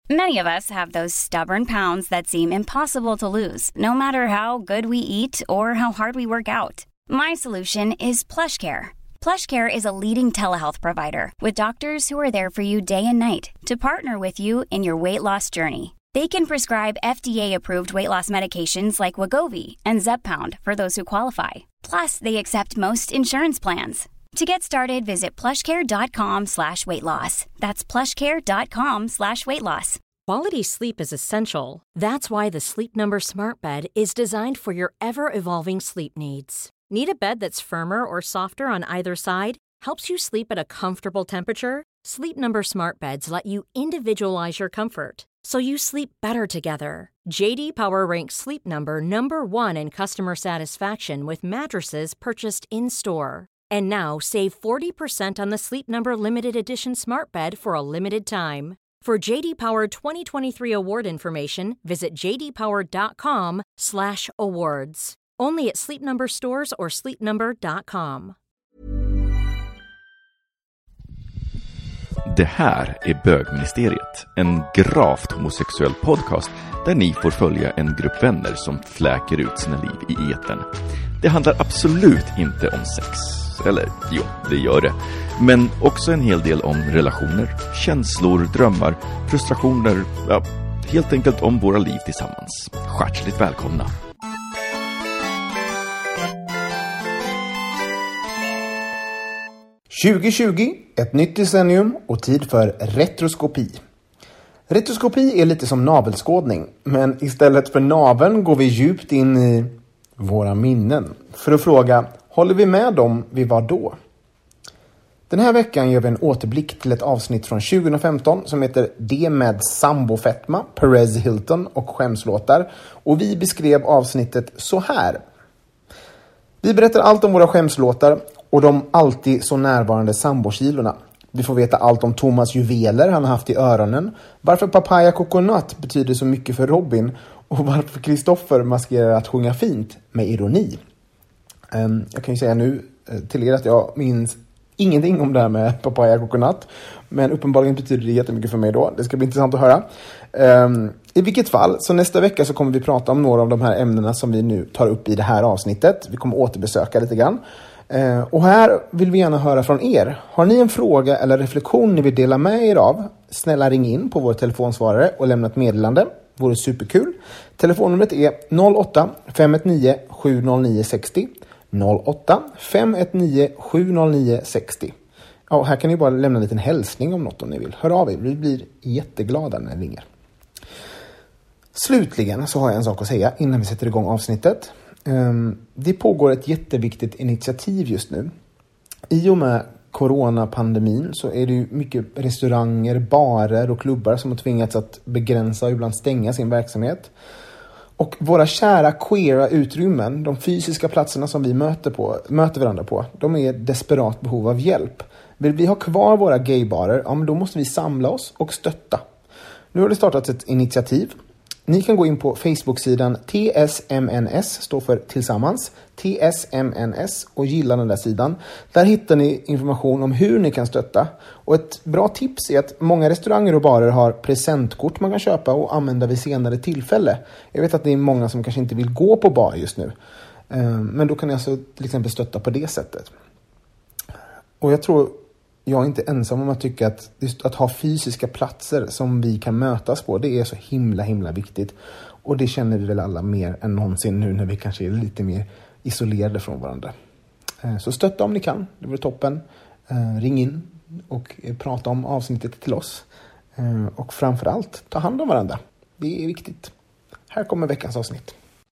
Many of us have those stubborn pounds that seem impossible to lose, no matter how good we eat or how hard we work out. My solution is PlushCare. PlushCare is a leading telehealth provider with doctors who are there for you day and night to partner with you in your weight loss journey. They can prescribe FDA-approved weight loss medications like Wegovy and Zepbound for those who qualify. Plus, they accept most insurance plans. To get started, visit plushcare.com/weightloss. That's plushcare.com/weightloss. Quality sleep is essential. That's why the Sleep Number Smart Bed is designed for your ever-evolving sleep needs. Need a bed that's firmer or softer on either side? Helps you sleep at a comfortable temperature? Sleep Number Smart Beds let you individualize your comfort, so you sleep better together. JD Power ranks Sleep Number #1 in customer satisfaction with mattresses purchased in-store. And now, save 40% on the Sleep Number Limited Edition Smart Bed for a limited time. For JD Power 2023 award information, visit jdpower.com/awards. Only at Sleep Number stores or sleepnumber.com. Det här är Bögministeriet, en gravt homosexuell podcast där ni får följa en grupp vänner som fläker ut sina liv i etern. Det handlar absolut inte om sex. Eller, jo, det gör det. Men också en hel del om relationer, känslor, drömmar, frustrationer. Ja, helt enkelt om våra liv tillsammans. Hjärtligt välkomna. –2020, ett nytt decennium och tid för retroskopi. Retroskopi är lite som navelskådning, men istället för naveln går vi djupt in i våra minnen för att fråga, håller vi med dem vi var då? Den här veckan gör vi en återblick till ett avsnitt från 2015 som heter Det med sambofetma, Perez Hilton och skämslåtar, och vi beskrev avsnittet så här. Vi berättar allt om våra skämslåtar och de alltid så närvarande sambokilorna. Vi får veta allt om Thomas juveler han har haft i öronen, varför papaya coconut betyder så mycket för Robin och varför Kristoffer maskerar att sjunga fint med ironi. Jag kan ju säga nu till er att jag minns ingenting om det här med papaya coconut, men uppenbarligen betyder det jättemycket för mig då. Det ska bli intressant att höra. I vilket fall, så nästa vecka så kommer vi prata om några av de här ämnena som vi nu tar upp i det här avsnittet. Vi kommer återbesöka lite grann. Och här vill vi gärna höra från er. Har ni en fråga eller reflektion ni vill dela med er av? Snälla ring in på vår telefonsvarare och lämna ett meddelande. Vore superkul. Telefonnumret är 08 519 709 60. 08 519 709 60. Ja, här kan ni bara lämna en liten hälsning om något om ni vill. Hör av er, vi blir jätteglada när ni ringer. Slutligen så har jag en sak att säga innan vi sätter igång avsnittet. Det pågår ett jätteviktigt initiativ just nu. I och med coronapandemin så är det ju mycket restauranger, barer och klubbar som har tvingats att begränsa och ibland stänga sin verksamhet. Och våra kära queera utrymmen, de fysiska platserna som vi möter varandra på, de är desperat behov av hjälp. Vill vi ha kvar våra gaybarer, ja men då måste vi samla oss och stötta. Nu har det startats ett initiativ. Ni kan gå in på Facebook-sidan TSMNS, står för tillsammans, TSMNS, och gilla den där sidan. Där hittar ni information om hur ni kan stötta. Och ett bra tips är att många restauranger och barer har presentkort man kan köpa och använda vid senare tillfälle. Jag vet att det är många som kanske inte vill gå på bar just nu. Men då kan ni alltså till exempel stötta på det sättet. Och jag tror jag är inte ensam om att tycka att just att ha fysiska platser som vi kan mötas på, det är så himla viktigt. Och det känner vi väl alla mer än någonsin nu när vi kanske är lite mer isolerade från varandra. Så stötta om ni kan, det vore toppen. Ring in och prata om avsnittet till oss. Och framförallt, ta hand om varandra. Det är viktigt. Här kommer veckans avsnitt.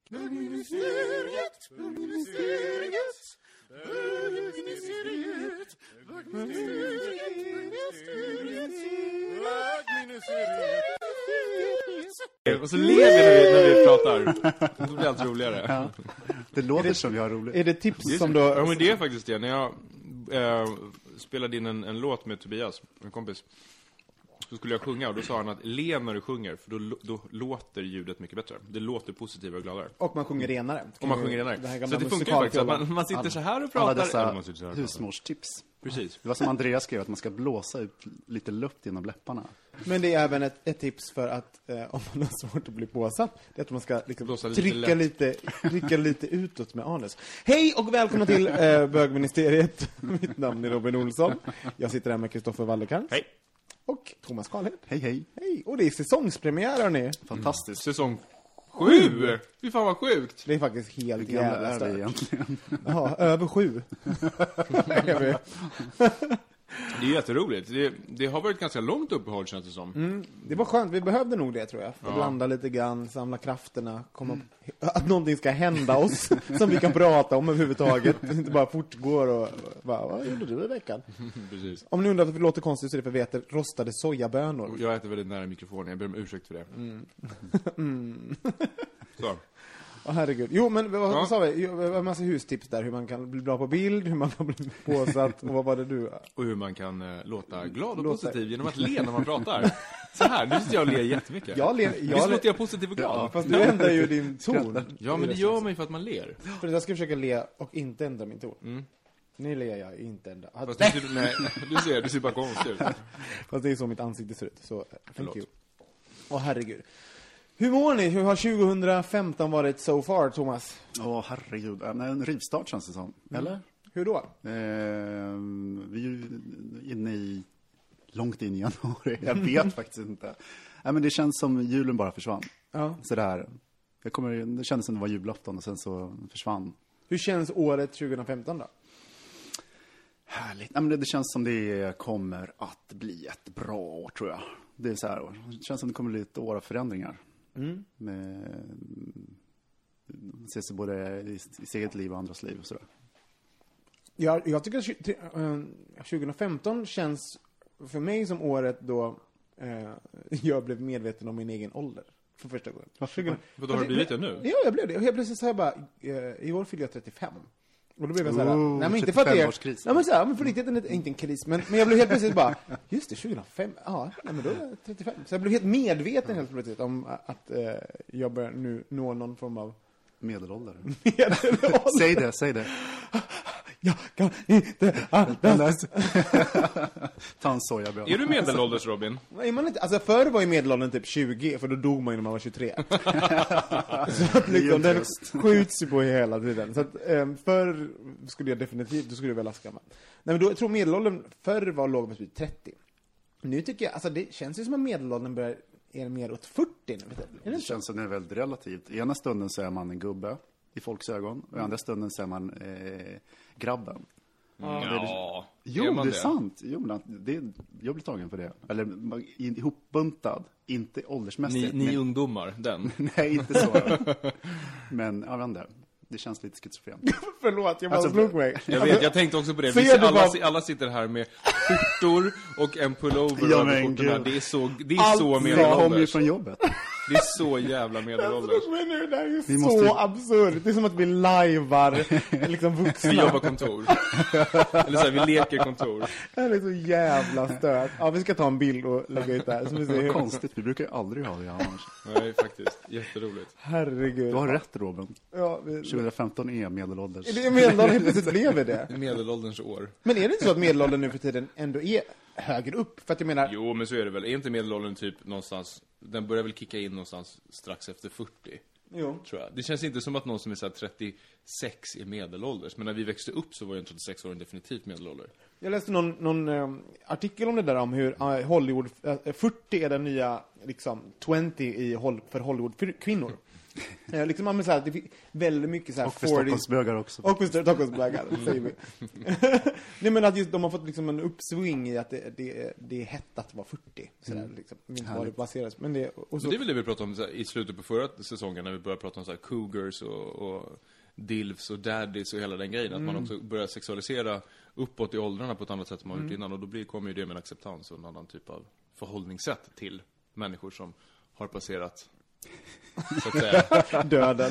Och så ler vi när vi pratar. Det blir allt roligare. Ja. Det låter som vi har roligt. Är det tips som då? du... Ja, men det är faktiskt det. När jag spelade in en låt med Tobias, en kompis. så skulle jag sjunga, och då sa han att le när du sjunger, för då låter ljudet mycket bättre. Det låter positivare och gladare. Och man sjunger renare. Och man sjunger renare. Så det funkar ju faktiskt att man sitter så här och pratar. Alla dessa man sitter så här husmorstips. Precis. Det var som Andreas skrev, att man ska blåsa ut lite luft genom läpparna. Men det är även ett tips för att om man har svårt att bli påsatt, det är att man ska liksom trycka lite utåt med anus. Hej och välkomna till Bögministeriet. Mitt namn är Robin Olsson. Jag sitter här med Kristoffer Wallercrantz. Hej. Och Thomas Karlhed. Hej, hej. Hej. Och det är säsongspremiär, hörni. Fantastiskt. Säsong 7! Fy fan vad sjukt. Det är faktiskt helt jävla är det stört. egentligen? Ja, över 7. Det är jätteroligt. Det har varit ganska långt uppehåll, känns det som. Det var skönt, vi behövde nog det, tror jag. För att landa lite grann, samla krafterna, att någonting ska hända oss som vi kan prata om överhuvudtaget. Inte bara fortgår och bara, vad gjorde du i veckan? Precis. Om ni undrar att det låter konstigt, så är det för att vi äter rostade sojabönor. Jag äter väldigt nära mikrofonen, jag ber om ursäkt för det. Så. Herregud. Jo, men vad sa vi? En massa hustips där. Hur man kan bli bra på bild, hur man kan bli påsatt. Och vad var det du? Och hur man kan låta glad och positiv genom att le när man pratar. Så här, nu sitter jag och ler jättemycket. Visst låter jag positiv och glad? Ja, fast du ändrar ju din ton. Ja, men det gör man ju för att man ler. För jag ska försöka le och inte ändra min ton. Nu ler jag inte ändra. Fast du ser bara konstig ut. Fast det är så mitt ansikte ser ut. Så, thank you. Herregud. Hur mår ni? Hur har 2015 varit so far, Thomas? Herregud. En rivstart känns det som. Eller? Hur då? Vi är ju långt in i januari. Jag vet faktiskt inte. Men det känns som julen bara försvann. Ja. Så där. Det kändes som det var julafton och sen så försvann. Hur känns året 2015 då? Härligt. Men det känns som det kommer att bli ett bra år, tror jag. Det är så här, det känns som det kommer bli ett år av förändringar. Ses både i sitt eget liv och andras liv och sådär. Ja, jag tycker att 2015 känns för mig som året då jag blev medveten om min egen ålder för första gången. Vad har du blivit det nu? Ja, jag blev det. Och jag plötsligt så här bara, i år fyller jag 35. Och då blev jag så här, nej men inte för att det är, nej men så här, men för riktigt är det inte en kris, men jag blev helt plötsligt bara, just det, 2005, ja, nej men då är jag 35. Så jag blev helt medveten helt plötsligt om att jag börjar nu nå någon form av medelålder. Medelålder. Säg det. Jag kan inte andas. Ta en sojabön. Är du medelålders, Robin? Nej, man inte. Alltså förr var ju medelåldern typ 20, för då dog man ju när man var 23. Så att liksom, den skjuts ju på hela tiden. Så att förr skulle jag definitivt, då skulle jag väl skamma. Nej, men då, jag tror medelåldern förr var låg på 30. Nu tycker jag, alltså det känns ju som att medelåldern är mer åt 40 nu. Det känns som det är väldigt relativt. I ena stunden så är man en gubbe i folks ögon, och i andra stunden så är man grabben. Jo, det är sant. Jo, jag blir tagen för det. Eller ihopbuntad, inte åldersmässigt. Ni ungdomar, den. Nej, inte så. Men jag vet inte. Det känns lite schizofrent. Förlåt, jag bara slog mig. Jag tänkte också på det. Alla sitter här med skjortor och en pullover över skjortorna. Det är så medelålders. Jag kommer ju från jobbet. Det är så jävla medelålders. Det är ju så absurt. Det är som att vi lajvar liksom vuxna. Vi jobbar kontor. Eller så här, vi leker kontor. Det är så jävla stört. Ja, vi ska ta en bild och lägga ut där. Så vi ser hur konstigt, vi brukar ju aldrig ha det annars. Nej, faktiskt. Jätteroligt. Herregud. Du har rätt, Robin. Ja, 2015 är medelålders. Det är medelåldern, plötsligt blev det. Medelålderns år. Men är det inte så att medelåldern nu för tiden ändå är högre upp? För att jag menar... Jo, men så är det väl. Är inte medelåldern typ någonstans... Den börjar väl kicka in någonstans strax efter 40. Jo. Tror jag. Det känns inte som att någon som är så här 36 är medelålders. Men när vi växte upp så var ju en 36-åring definitivt medelålder. Jag läste någon artikel om det där, om hur Hollywood 40 är den nya liksom 20 för Hollywood-kvinnor. Liksom man så här, det är väldigt mycket så här, och för Stockholmsbögar också. Och för Stockholmsbögar, säger vi. Nej, men att just de har fått liksom en uppsving i att det är hett att vara 40 så där liksom. Inte vad det baseras, men det och så. Det är väl det vi pratade om så här, i slutet på förra säsongen, när vi började prata om så här cougars och dilfs och daddies och hela den grejen, att man också börjar sexualisera uppåt i åldrarna på ett annat sätt som man gjort innan, och då kommer ju det med en acceptans och en annan typ av förhållningssätt till människor som har passerat, så att säga, döden.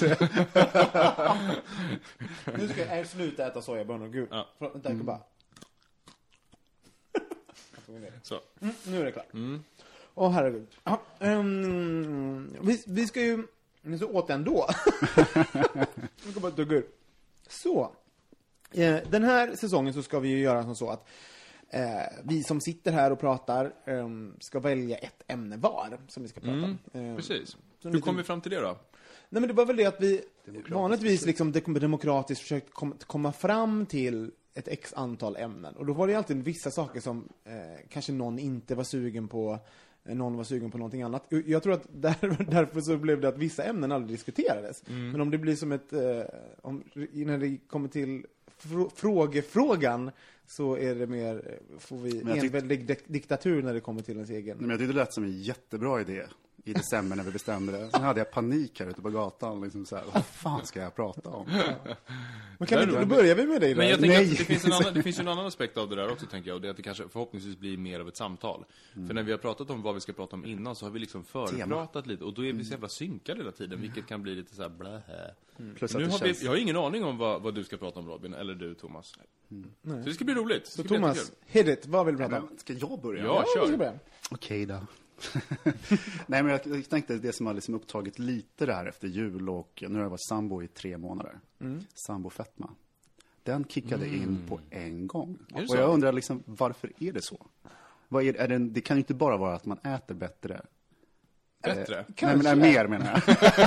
Nu ska jag sluta äta sojabönor. Gud. Ja. Bara. Så. Nu är det klart. Åh, herregud. Ja, vi ska ju... Nu så åt ändå. Nu ska bara dugga ur. Så. Den här säsongen så ska vi ju göra som så att vi som sitter här och pratar ska välja ett ämne var som vi ska prata om. Precis. Hur kom vi fram till det då? Nej, men det var väl det att vi vanligtvis liksom demokratiskt försökt komma fram till ett x antal ämnen. Och då var det alltid vissa saker som kanske någon inte var sugen på. Någon var sugen på någonting annat. Jag tror att därför så blev det att vissa ämnen aldrig diskuterades. Men om det blir som ett... när det kommer till frågefrågan så är det mer... Får vi enväldig diktatur när det kommer till ens egen... Men jag tyckte det lät som en jättebra idé i december när vi bestämde det. Sen hade jag panik här ute på gatan. Liksom så här, vad fan ska jag prata om? Men kan då börjar vi med dig då? Men jag tänker att det finns en annan aspekt av det där också, tänker jag. Och det är att det kanske förhoppningsvis blir mer av ett samtal. För när vi har pratat om vad vi ska prata om innan så har vi liksom förpratat lite. Och då är vi så jävla synkade hela tiden. Vilket kan bli lite så här blä. Plus Nu att har känns... Jag har ingen aning om vad du ska prata om, Robin. Eller du, Thomas. Så det ska bli roligt. Så Thomas, hit it. Vad vill du prata om? Ska jag börja? Ja, kör. Okej då. Nej, men jag tänkte det som har liksom upptagit lite där efter jul och nu har jag varit sambo i 3 månader. Sambofetma. Den kickade in på en gång. Och jag undrar liksom, varför är det så? Vad är det, det kan ju inte bara vara att man äter bättre. Bättre? Nej, men mer menar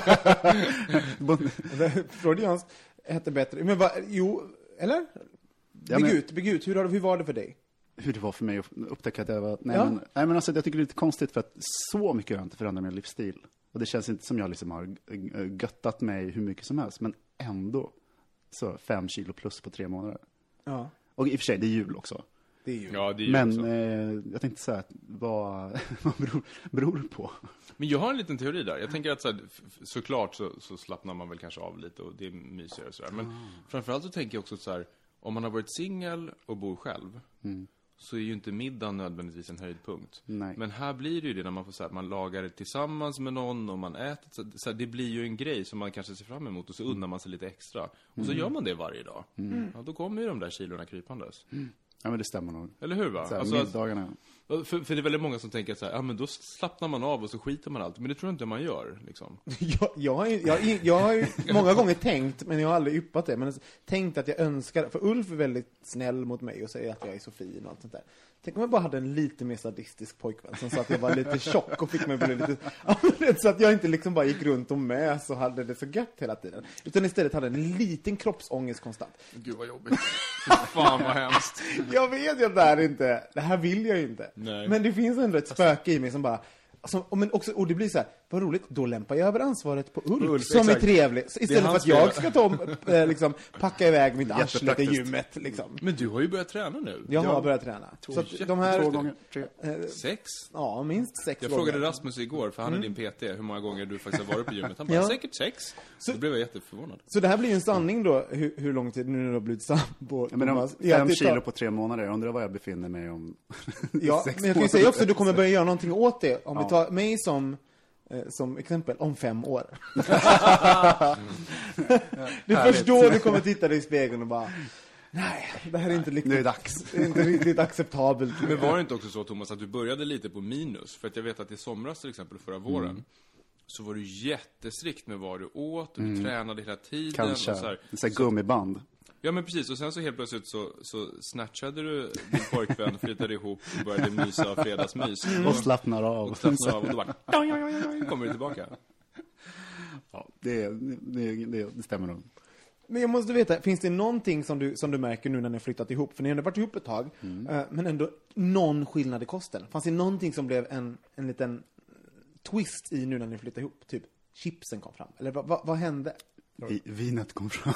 jag. Freudians äter bättre. Men eller? Bygg ut. Hur var det för dig? Hur det var för mig att upptäcka att jag var... Nej, men alltså, jag tycker det är lite konstigt för att så mycket har jag inte förändrat min livsstil. Och det känns inte som jag liksom har göttat mig hur mycket som helst. Men ändå så 5 kilo plus på 3 månader. Ja. Och i och för sig, det är jul också. Det är jul. Ja, det är jul men också. Jag tänkte säga att vad beror det på? Men jag har en liten teori där. Jag tänker att såklart så slappnar man väl kanske av lite och det är mysigare och sådär. Men framförallt så tänker jag också så här, om man har varit singel och bor själv så är ju inte middagen nödvändigtvis en höjdpunkt. Nej. Men här blir det ju det när man får så här, man lagar det tillsammans med någon och man äter så här, det blir ju en grej som man kanske ser fram emot och så unnar man sig lite extra. Och så gör man det varje dag. Ja, då kommer ju de där kilorna krypandes. Ja, men det stämmer nog. Eller hur, va? Så här, alltså, middagarna. för det är väldigt många som tänker så här, ja men då slappnar man av och så skiter man allt. Men det tror jag inte man gör, liksom. Jag har ju många gånger tänkt, men jag har aldrig yppat det, men tänkt att jag önskar, för Ulf är väldigt snäll mot mig och säger att jag är så fin och allt sånt där. Tänk om jag bara hade en lite mer sadistisk pojkvän som sa att jag var lite tjock och fick mig bli lite... så att jag inte liksom bara gick runt och mäs och hade det så gött hela tiden. Utan istället hade en liten kroppsångest konstant. Gud vad jobbigt. Fan vad hemskt. Jag vet ju det här vill jag ju inte. Nej. Men det finns ändå ett spöke i mig som bara... men också, och det blir så här, vad roligt, då lämpar jag över ansvaret på Ulf som exakt. Är trevlig. Istället för att jag ska liksom, packa iväg mitt arsle till gymmet. Liksom. Men du har ju börjat träna nu. Jag har börjat träna. Så att de här, 2 gånger, 3. 6? Ja, minst 6 gånger. Jag frågade Rasmus igår, för han är din PT, hur många gånger du faktiskt har varit på gymmet. Han bara, säkert 6. Så då blev jag jätteförvånad. Så det här blir ju en sanning då, hur lång tid nu när du har blivit sambo. Ja, men 5 kilo på 3 månader, jag undrar vad jag befinner mig om 6 ja, men jag kan ju säga också att du kommer börja göra någonting åt det. Om vi tar mig som exempel, om 5 år. Det är först då du kommer titta dig i spegeln och bara, nej, det här är inte riktigt, nu är dags. Det är inte riktigt acceptabelt. Men var det inte också så, Thomas, att du började lite på minus? För att jag vet att i somras till exempel, förra våren, så var du jättestrikt med vad du åt och du tränade hela tiden. Kanske, och så här gummiband. Ja, men precis. Och sen så helt plötsligt så snatchade du din pojkvän, flyttade ihop och började mysa av fredagsmys. Och slappnar av. Och då bara, kommer du tillbaka. Ja, det stämmer nog. Men jag måste veta, finns det någonting som du märker nu när ni har flyttat ihop? För ni har ändå varit ihop ett tag, men ändå någon skillnad i kosten. Fanns det någonting som blev en liten twist i nu när ni flyttade ihop? Typ chipsen kom fram. Eller vad hände? Vinet kom fram.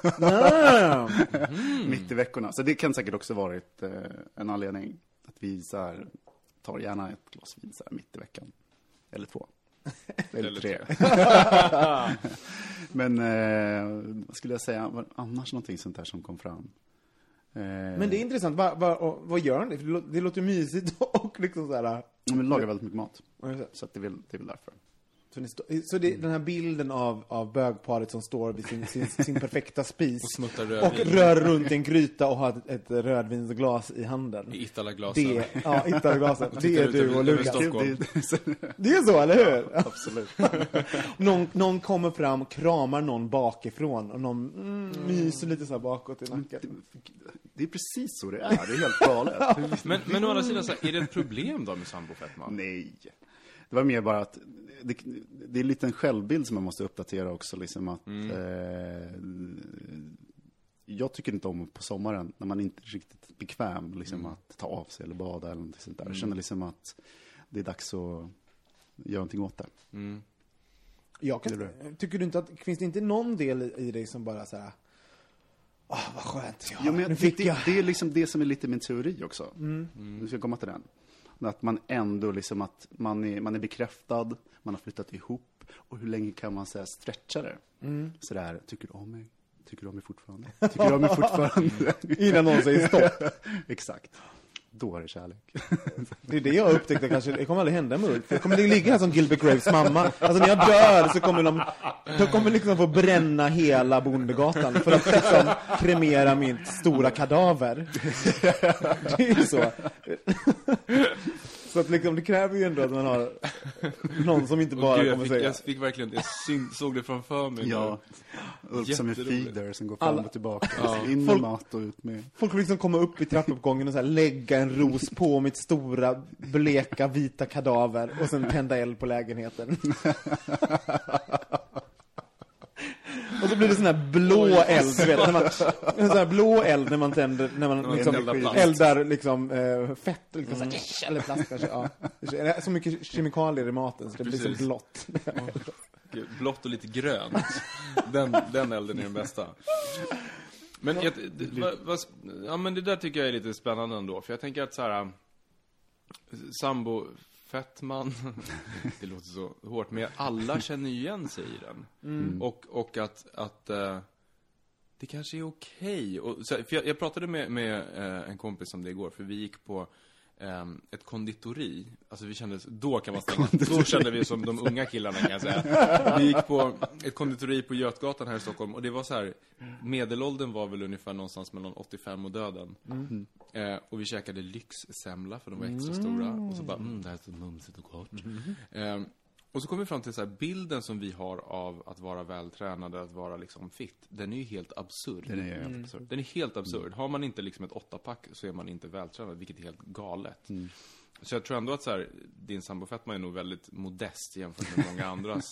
Mitt i veckorna. Så det kan säkert också varit en anledning att vi så här, tar gärna ett glas vin så här, mitt i veckan. Eller 2. Eller 3. Men vad skulle jag säga? Var annars någonting sånt där som kom fram? Men det är intressant. Vad gör han? Det låter mysigt och liksom så här. Men lagar väldigt mycket mat. Så att det är väl därför. Så det är den här bilden av bögparet som står vid sin perfekta spis och rör runt i en gryta och har ett rödvinsglas i handen. I Italaglasen. Italaglasen. Det är du och Lukas. Det är så, eller hur? Absolut. Någon kommer fram, kramar någon bakifrån och någon myser lite så här bakåt i nacken. Det är precis så det är. Det är helt galet. Men å andra sidan, så är det ett problem då med sambofetma? Nej. Det var mer bara att det är lite en självbild som man måste uppdatera också. Liksom att, jag tycker inte om på sommaren när man inte är riktigt bekväm liksom, att ta av sig eller bada eller något sånt där. Jag känner liksom att det är dags att göra någonting åt det. Tycker du inte att finns det inte någon del i dig som bara så här... vad skönt. Ja, men det är liksom det som är lite min teori också. Nu ska jag komma till den. Att man ändå liksom att man är bekräftad, man har flyttat ihop, och hur länge kan man säga stretcha det? Så där, tycker du om mig? Tycker du om mig fortfarande? Tycker du om mig fortfarande? Innan någon säger stopp. Exakt. Då är det kärlek. Det är det jag upptäckte kanske. Det kommer aldrig hända med Ulf. Jag kommer ligga här som Gilbert Graves mamma. Alltså när jag dör så kommer de kommer liksom få bränna hela Bondegatan för att liksom kremera mitt stora kadaver. Det är ju så. Så att liksom, det kräver ju ändå att man har någon som inte bara kommer säga. Jag fick verkligen, jag såg det framför mig. Ja, Ulf som en feeder som går fram och tillbaka. In med mat och ut med. Folk liksom komma upp i trappuppgången och så här, lägga en ros på mitt stora, bleka, vita kadaver och sen tända eld på lägenheten. Och så blir det sån här blå eld, du vet, en sån här blå eld när man tänder, när man liksom eldar liksom fett liksom så här, eller plast kanske, ja. Det är så mycket kemikalier i maten så det blir så blått. Blått och lite grönt. Den elden är den bästa. Men men det där tycker jag är lite spännande ändå, för jag tänker att så här sambofettman, det låter så hårt, men alla känner ju igen sig i den. Och att det kanske är okej. För jag pratade med en kompis om det igår, för vi gick på ett konditori. Alltså vi kände, då kan man stänga. Då kände vi som de unga killarna, kan jag säga. Vi gick på ett konditori på Götgatan här i Stockholm, och det var så här, medelåldern var väl ungefär någonstans mellan 85 och döden. Och vi käkade lyxsemla för de var extra stora, och så bara det här är så mumsigt och gott. Och så kom vi fram till så här, bilden som vi har av att vara vältränade, att vara liksom fit, den är ju helt absurd. Den är helt absurd. Har man inte liksom ett 8-pack så är man inte vältränad, vilket är helt galet. Så jag tror ändå att så här, din sambofetma är nog väldigt modest jämfört med många andras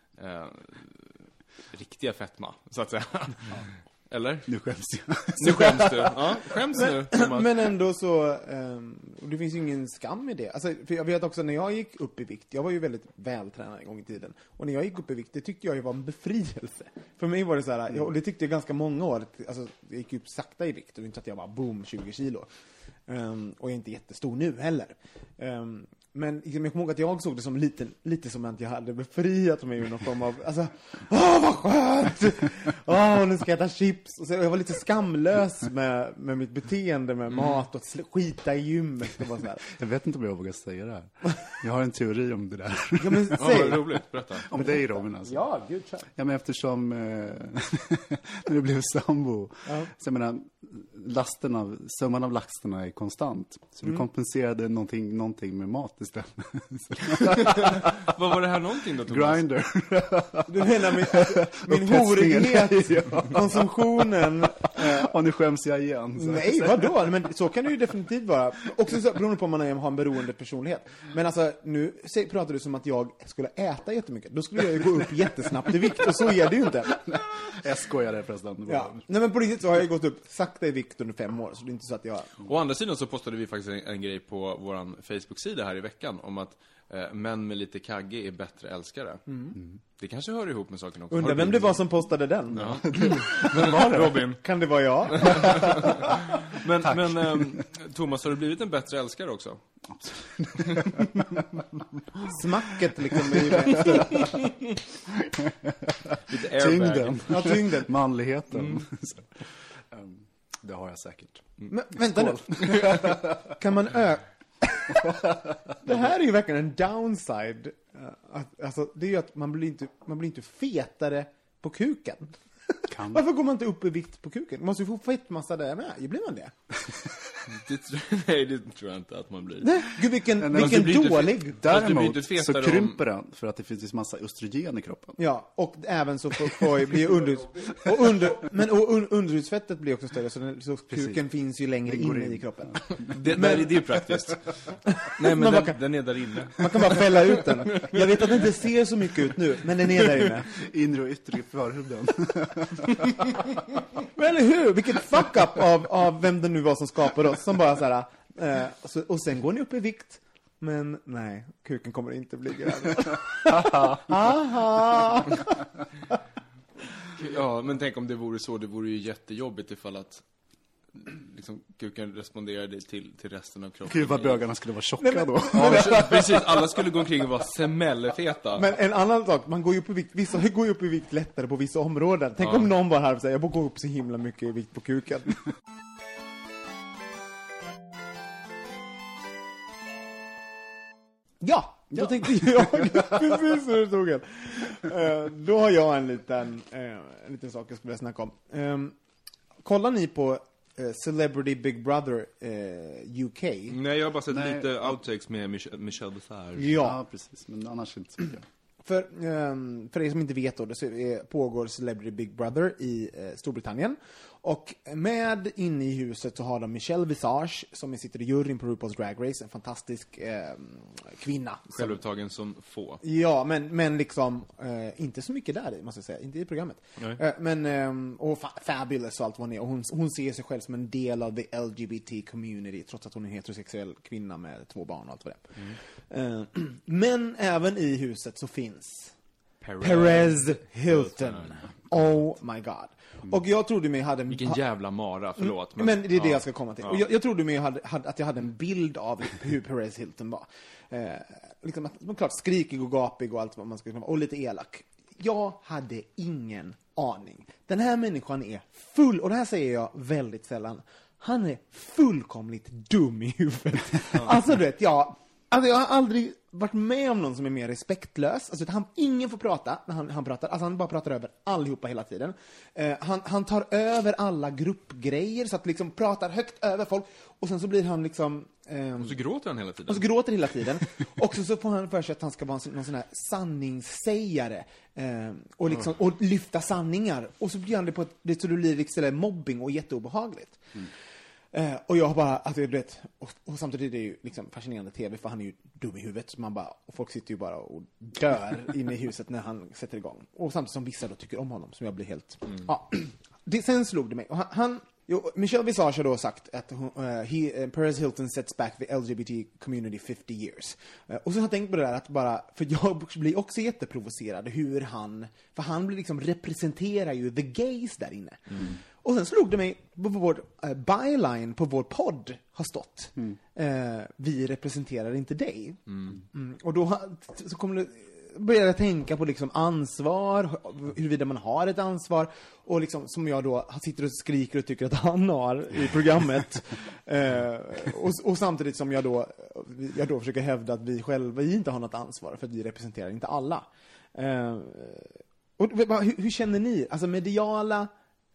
riktiga fetma, så att säga. Eller? Nu skäms jag. Nu skäms du. Ja, skäms nu. Men ändå så, och det finns ju ingen skam i det. Alltså, för jag vet också när jag gick upp i vikt, jag var ju väldigt vältränad en gång i tiden. Och när jag gick upp i vikt, det tyckte jag ju var en befrielse. För mig var det så här, och det tyckte jag ganska många år. Alltså, jag gick upp sakta i vikt, och inte att jag bara boom, 20 kilo. Och jag är inte jättestor nu heller. Men jag kommer ihåg att jag såg det som lite som att jag hade befriat mig ur någon form av, alltså, vad skönt! Nu ska jag äta chips. Och så, jag var lite skamlös med mitt beteende med mat och skita i gymmet och bara så här. Jag vet inte om jag vågar säga det här. Jag har en teori om det där. Ja, men säg. Vad roligt, berätta. Om dig, Robin, alltså. Ja, gud, kör. Ja, men eftersom när du blev sambo, så jag menar, summan av lasterna är konstant. Så du kompenserade någonting med mat istället. Vad var det här någonting då, Thomas? Grindr. Du menar min horighet, konsumtionen. Och nu skäms jag igen. Så. Nej, vadå? Men så kan det ju definitivt vara. Också så, beroende på om man har en beroende personlighet. Men alltså, nu pratar du som att jag skulle äta jättemycket. Då skulle jag ju gå upp jättesnabbt i vikt. Och så är det ju inte. Jag skojar förresten. Ja. Nej, men på riktigt så har jag gått upp sakta i vikt under 5 år. Så det är inte så att jag... Å andra sidan så postade vi faktiskt en grej på våran Facebook-sida här i veckan om att män med lite kagge är bättre älskare. Det kanske hör ihop med saken också. Undrar vem det var som postade den? Ja. Vem var det? Robin. Kan det vara jag? men Thomas, har du blivit en bättre älskare också? Smacket liksom i bättre. Lite airbag. Tyngden. Ja, tyngden. Manligheten. Det har jag säkert. Men vänta nu. Kan man Det här är ju verkligen en downside Alltså, det är ju att man blir inte fetare på kuken. Varför går man inte upp i vikt på kuken? Man måste ju få fettmassa där med. Blir man det? Nej, det tror jag inte att man blir. Nej, gud, vilken dålig. Däremot så krymper den för att det finns massa östrogen i kroppen. Ja, och även så blir underhudsfettet blir också större, så kuken finns ju längre inne i kroppen. Det är ju praktiskt. Nej, men den är där inne. Man kan bara fälla ut den. Jag vet att den inte ser så mycket ut nu, men den är där inne. Inre och yttre förhuden. Men eller hur? Vilket fuck up av vem det nu var som skapade oss. Som bara så här, och sen går ni upp i vikt. Men nej, kuken kommer inte bli grön. Aha. Ja, men tänk om det vore så. Det vore ju jättejobbigt ifall att liksom, kuken responderade till resten av kroppen. Gud vad bögarna skulle vara tjocka då. Ja, precis, alla skulle gå omkring och vara semellefeta. Men en annan sak, man går ju upp i vikt. Vissa går ju upp i vikt lättare på vissa områden. Tänk om någon bara här säger, jag får gå upp så himla mycket i vikt på kuken. Ja, då tänkte jag precis hur det stod det. Då har jag en liten sak jag skulle vilja snacka om. Kollar ni på Celebrity Big Brother UK? Nej, jag har bara sett lite outtakes med Michelle Visage. Ja, precis, men annars inte så mycket. För er som inte vet då, det pågår Celebrity Big Brother i Storbritannien. Och med inne i huset så har de Michelle Visage som sitter i juryn på RuPaul's Drag Race. En fantastisk kvinna. Självupptagen som få. Ja, men liksom inte så mycket där måste jag säga. Inte i programmet. Och fabulous och allt vad hon är. Och hon ser sig själv som en del av the LGBT community. Trots att hon är en heterosexuell kvinna med 2 barn och allt vad det är. Men även i huset så finns Perez Hilton. Oh my god. Och jag trodde mig hade vilken jävla mara, förlåt. Men det är det jag ska komma till. Och jag trodde mig att jag hade en bild av hur Perez Hilton var. Liksom att, klart skrikig och gapig och allt vad man ska kunna. Och lite elak. Jag hade ingen aning. Den här människan är full, och det här säger jag väldigt sällan. Han är fullkomligt dum i huvudet. Alltså du vet, jag har aldrig varit med om någon som är mer respektlös. Alltså ingen får prata när han pratar. Alltså han bara pratar över allihopa hela tiden. Han tar över alla gruppgrejer så att liksom pratar högt över folk. Och sen så blir han liksom... och så gråter han hela tiden. Och så gråter hela tiden. Och så får han för sig att han ska vara någon sån här sanningssägare. Och liksom och lyfta sanningar. Och så blir han det på det så det blir liksom mobbing och jätteobehagligt. Och jag bara, alltså du vet, och samtidigt är det ju liksom fascinerande tv, för han är ju dum i huvudet. Man bara, och folk sitter ju bara och dör inne i huset när han sätter igång. Och samtidigt som vissa då tycker om honom, som jag blir helt... Ja, sen slog det mig. Och Michelle Visage har då sagt att Perez Hilton sets back the LGBT community 50 years. Och så har jag tänkt på det där att bara, för jag blir också jätteprovocerad hur för han blir liksom, representerar ju the gays där inne. Och sen slog det mig på vår byline på vår podd har stått. Vi representerar inte dig. Och då så kommer det, började jag tänka på liksom ansvar, huruvida man har ett ansvar, och liksom som jag då sitter och skriker och tycker att han har i programmet. Och samtidigt som jag då försöker hävda att vi inte har något ansvar, för att vi representerar inte alla. Och hur känner ni? Alltså mediala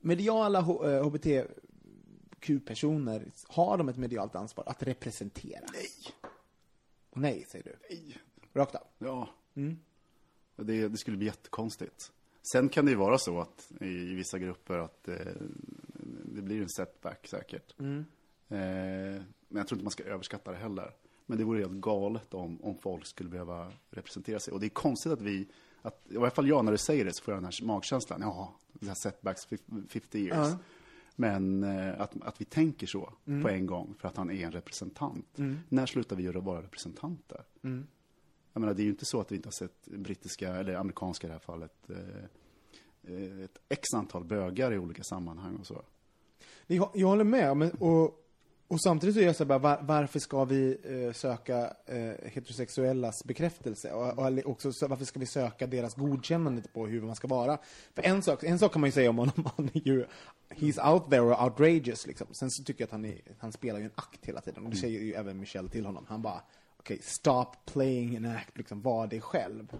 HBTQ-personer, har de ett medialt ansvar att representera? Nej, säger du. Nej. Rakt av. Ja. Det skulle bli jättekonstigt. Sen kan det ju vara så att i vissa grupper att det blir en setback säkert. Men jag tror inte man ska överskatta det heller. Men det vore helt galet om folk skulle behöva representera sig. Och det är konstigt att i alla fall jag, när du säger det, så får jag den här magkänslan. Ja, det här setbacks 50 years. Men att vi tänker så på en gång för att han är en representant. När slutar vi göra vara representanter? Jag menar, det är ju inte så att vi inte har sett brittiska eller amerikanska i det här fallet ett x antal bögar i olika sammanhang och så. Jag håller med, och samtidigt så är jag så bara, varför ska vi söka heterosexuellas bekräftelse? Och också, varför ska vi söka deras godkännande på hur man ska vara? För en sak kan man ju säga om honom, han är ju, he's out there och outrageous liksom. Sen så tycker jag att han spelar ju en akt hela tiden, och det säger ju även Michelle till honom. Han bara, okej, stop playing an act, liksom, var det själv.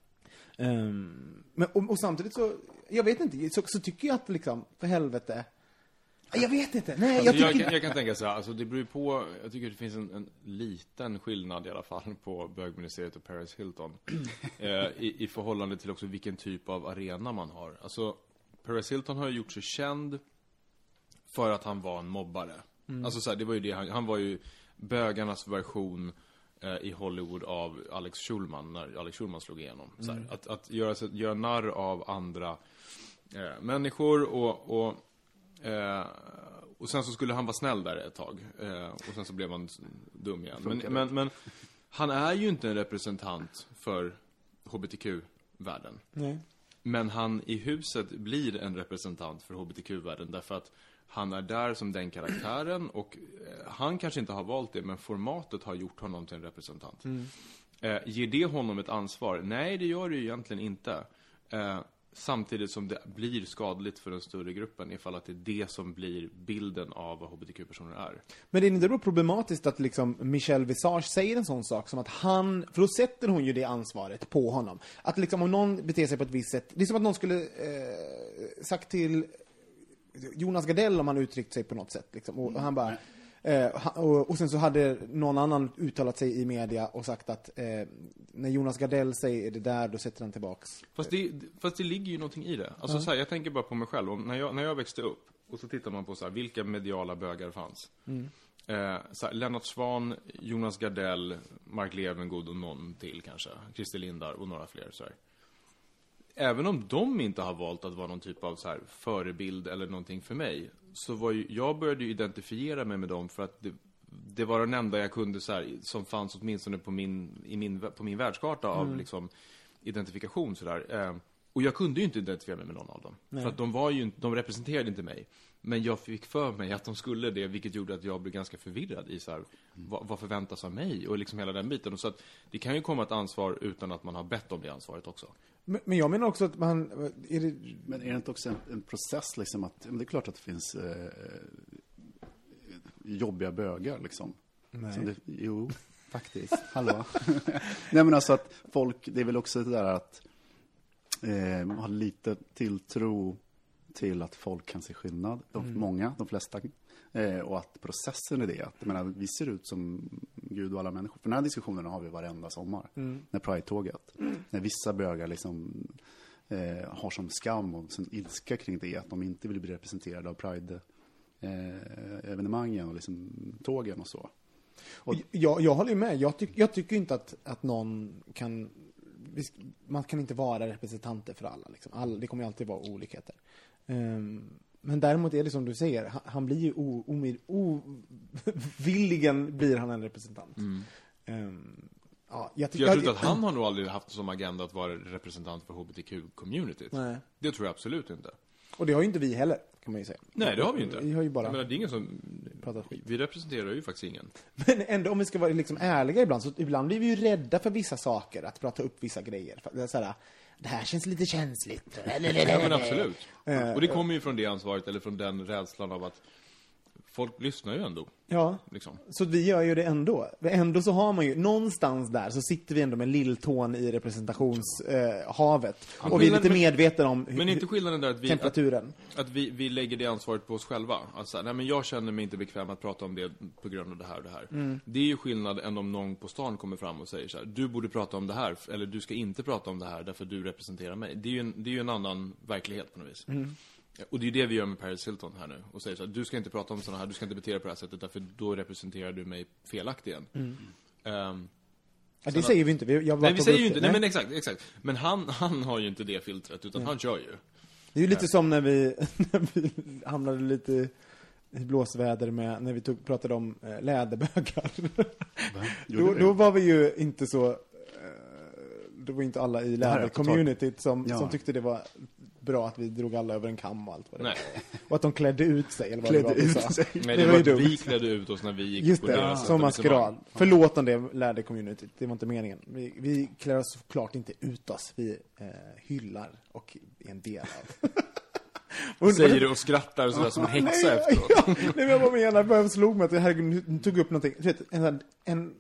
Men och samtidigt så, jag vet inte, så tycker jag att liksom, för helvete, jag vet inte. Nej, jag kan tänka så här, alltså det beror ju på, jag tycker det finns en liten skillnad i alla fall på bögministeriet och Paris Hilton i förhållande till också vilken typ av arena man har. Alltså Paris Hilton har ju gjort sig känd för att han var en mobbare. Alltså så här, det var ju det, han var ju bögarnas version i Hollywood av Alex Schulman, när Alex Schulman slog igenom. Så här, att göra narr av andra människor och sen så skulle han vara snäll där ett tag. Och sen så blev han dum igen. Men han är ju inte en representant för HBTQ-världen. Nej. Men han i huset blir en representant för HBTQ-världen därför att han är där som den karaktären och han kanske inte har valt det, men formatet har gjort honom till en representant. Ger det honom ett ansvar? Nej, det gör det ju egentligen inte. Samtidigt som det blir skadligt för den större gruppen ifall att det är det som blir bilden av vad HBTQ-personer är. Men det är inte då problematiskt att liksom Michelle Visage säger en sån sak som att han, för då sätter hon ju det ansvaret på honom. Att liksom om någon beter sig på ett visst sätt, det är som att någon skulle sagt till Jonas Gardell om han uttryckt sig på något sätt liksom, och han bara och sen så hade någon annan uttalat sig i media och sagt att när Jonas Gardell säger det där, då sätter han tillbaks. Fast det ligger ju någonting i det. Alltså så här, jag tänker bara på mig själv. När jag växte upp och så tittar man på så här, vilka mediala bögar fanns. Så här, Lennart Swan, Jonas Gardell, Mark Levengood och någon till kanske. Christer Lindar och några fler så här. Även om de inte har valt att vara någon typ av så här förebild eller någonting för mig, så var ju, jag började ju identifiera mig med dem för att det var den enda jag kunde så här, som fanns åtminstone på min världskarta av liksom identifikation så där. Och jag kunde ju inte identifiera mig med någon av dem. Nej. För att de representerade inte mig. Men jag fick för mig att de skulle det, vilket gjorde att jag blev ganska förvirrad i så här, vad förväntas av mig och liksom hela den biten. Och så att det kan ju komma ett ansvar utan att man har bett om det ansvaret också. Men jag menar också att man... Men är det inte också en process liksom att... Men det är klart att det finns jobbiga bögar liksom. Nej. Jo, faktiskt. Hallå. Nej men alltså att folk... Det är väl också det där att man har lite tilltro till att folk kan se skillnad. De flesta. Och att processen är det. Att, jag menar, vi ser ut som Gud och alla människor. För den här diskussionen har vi varenda sommar. När Pride-tåget. När vissa bögar liksom har som skam och som ilska kring det. Att de inte vill bli representerade av Pride-evenemangen och liksom tågen och så. Och jag håller med. Jag tycker inte att någon kan... Man kan inte vara representanter för alla. Liksom. Det kommer ju alltid vara olikheter. Men däremot är det som du säger, han blir ju ovilligen blir han en representant. Jag tror att han har nog aldrig haft som agenda att vara representant för HBTQ-communityt. Nej. Det tror jag absolut inte. Och det har ju inte vi heller, kan man ju säga. Nej, det har vi ju inte. Vi har ju bara... Jag menar, det är ingen som... pratat skit. Vi representerar ju faktiskt ingen. Men ändå, om vi ska vara liksom ärliga ibland, så ibland blir vi ju rädda för vissa saker, att prata upp vissa grejer. För så här, det här känns lite känsligt. Ja, men absolut. Och det kommer ju från det ansvaret, eller från den rädslan av att folk lyssnar ju ändå. Ja, liksom. Så vi gör ju det ändå. Ändå så har man ju, någonstans där så sitter vi ändå med lilltån i representationshavet. Och vi är lite medvetna om men inte skillnaden där att temperaturen. Att vi lägger det ansvaret på oss själva. Alltså, nej men jag känner mig inte bekväm att prata om det på grund av det här och det här. Det är ju skillnad än om någon på stan kommer fram och säger så här: du borde prata om det här, eller du ska inte prata om det här därför du representerar mig. Det är ju en annan verklighet på något vis. Och det är det vi gör med Paris Hilton här nu. Och säger så här: du ska inte prata om sådana här, du ska inte bete dig på det här sättet, därför då representerar du mig felaktigen. Det säger vi inte. Nej, vi säger ju inte. Nej, men exakt. Men han har ju inte det filtret, utan han kör ju. Det är ju lite som när vi hamnade lite i blåsväder med, när vi pratade om läderbögar. Då var vi ju inte så... Det var inte alla i läder-communityt som tyckte det var bra att vi drog alla över en kam och allt vad det var. Och att de klädde ut sig, eller vad det var vi sa. Nej, det var att vi klädde ut oss när vi gick just på det, deras som maskerad. Förlåt om det läder-communityt, det var inte meningen. Vi klär oss såklart inte ut oss. Vi hyllar och är en del av. Säger det och skrattar sådär som en häxa efteråt. Nej, men vad menar jag? Jag slog mig att herregud, tog upp någonting. Du vet, en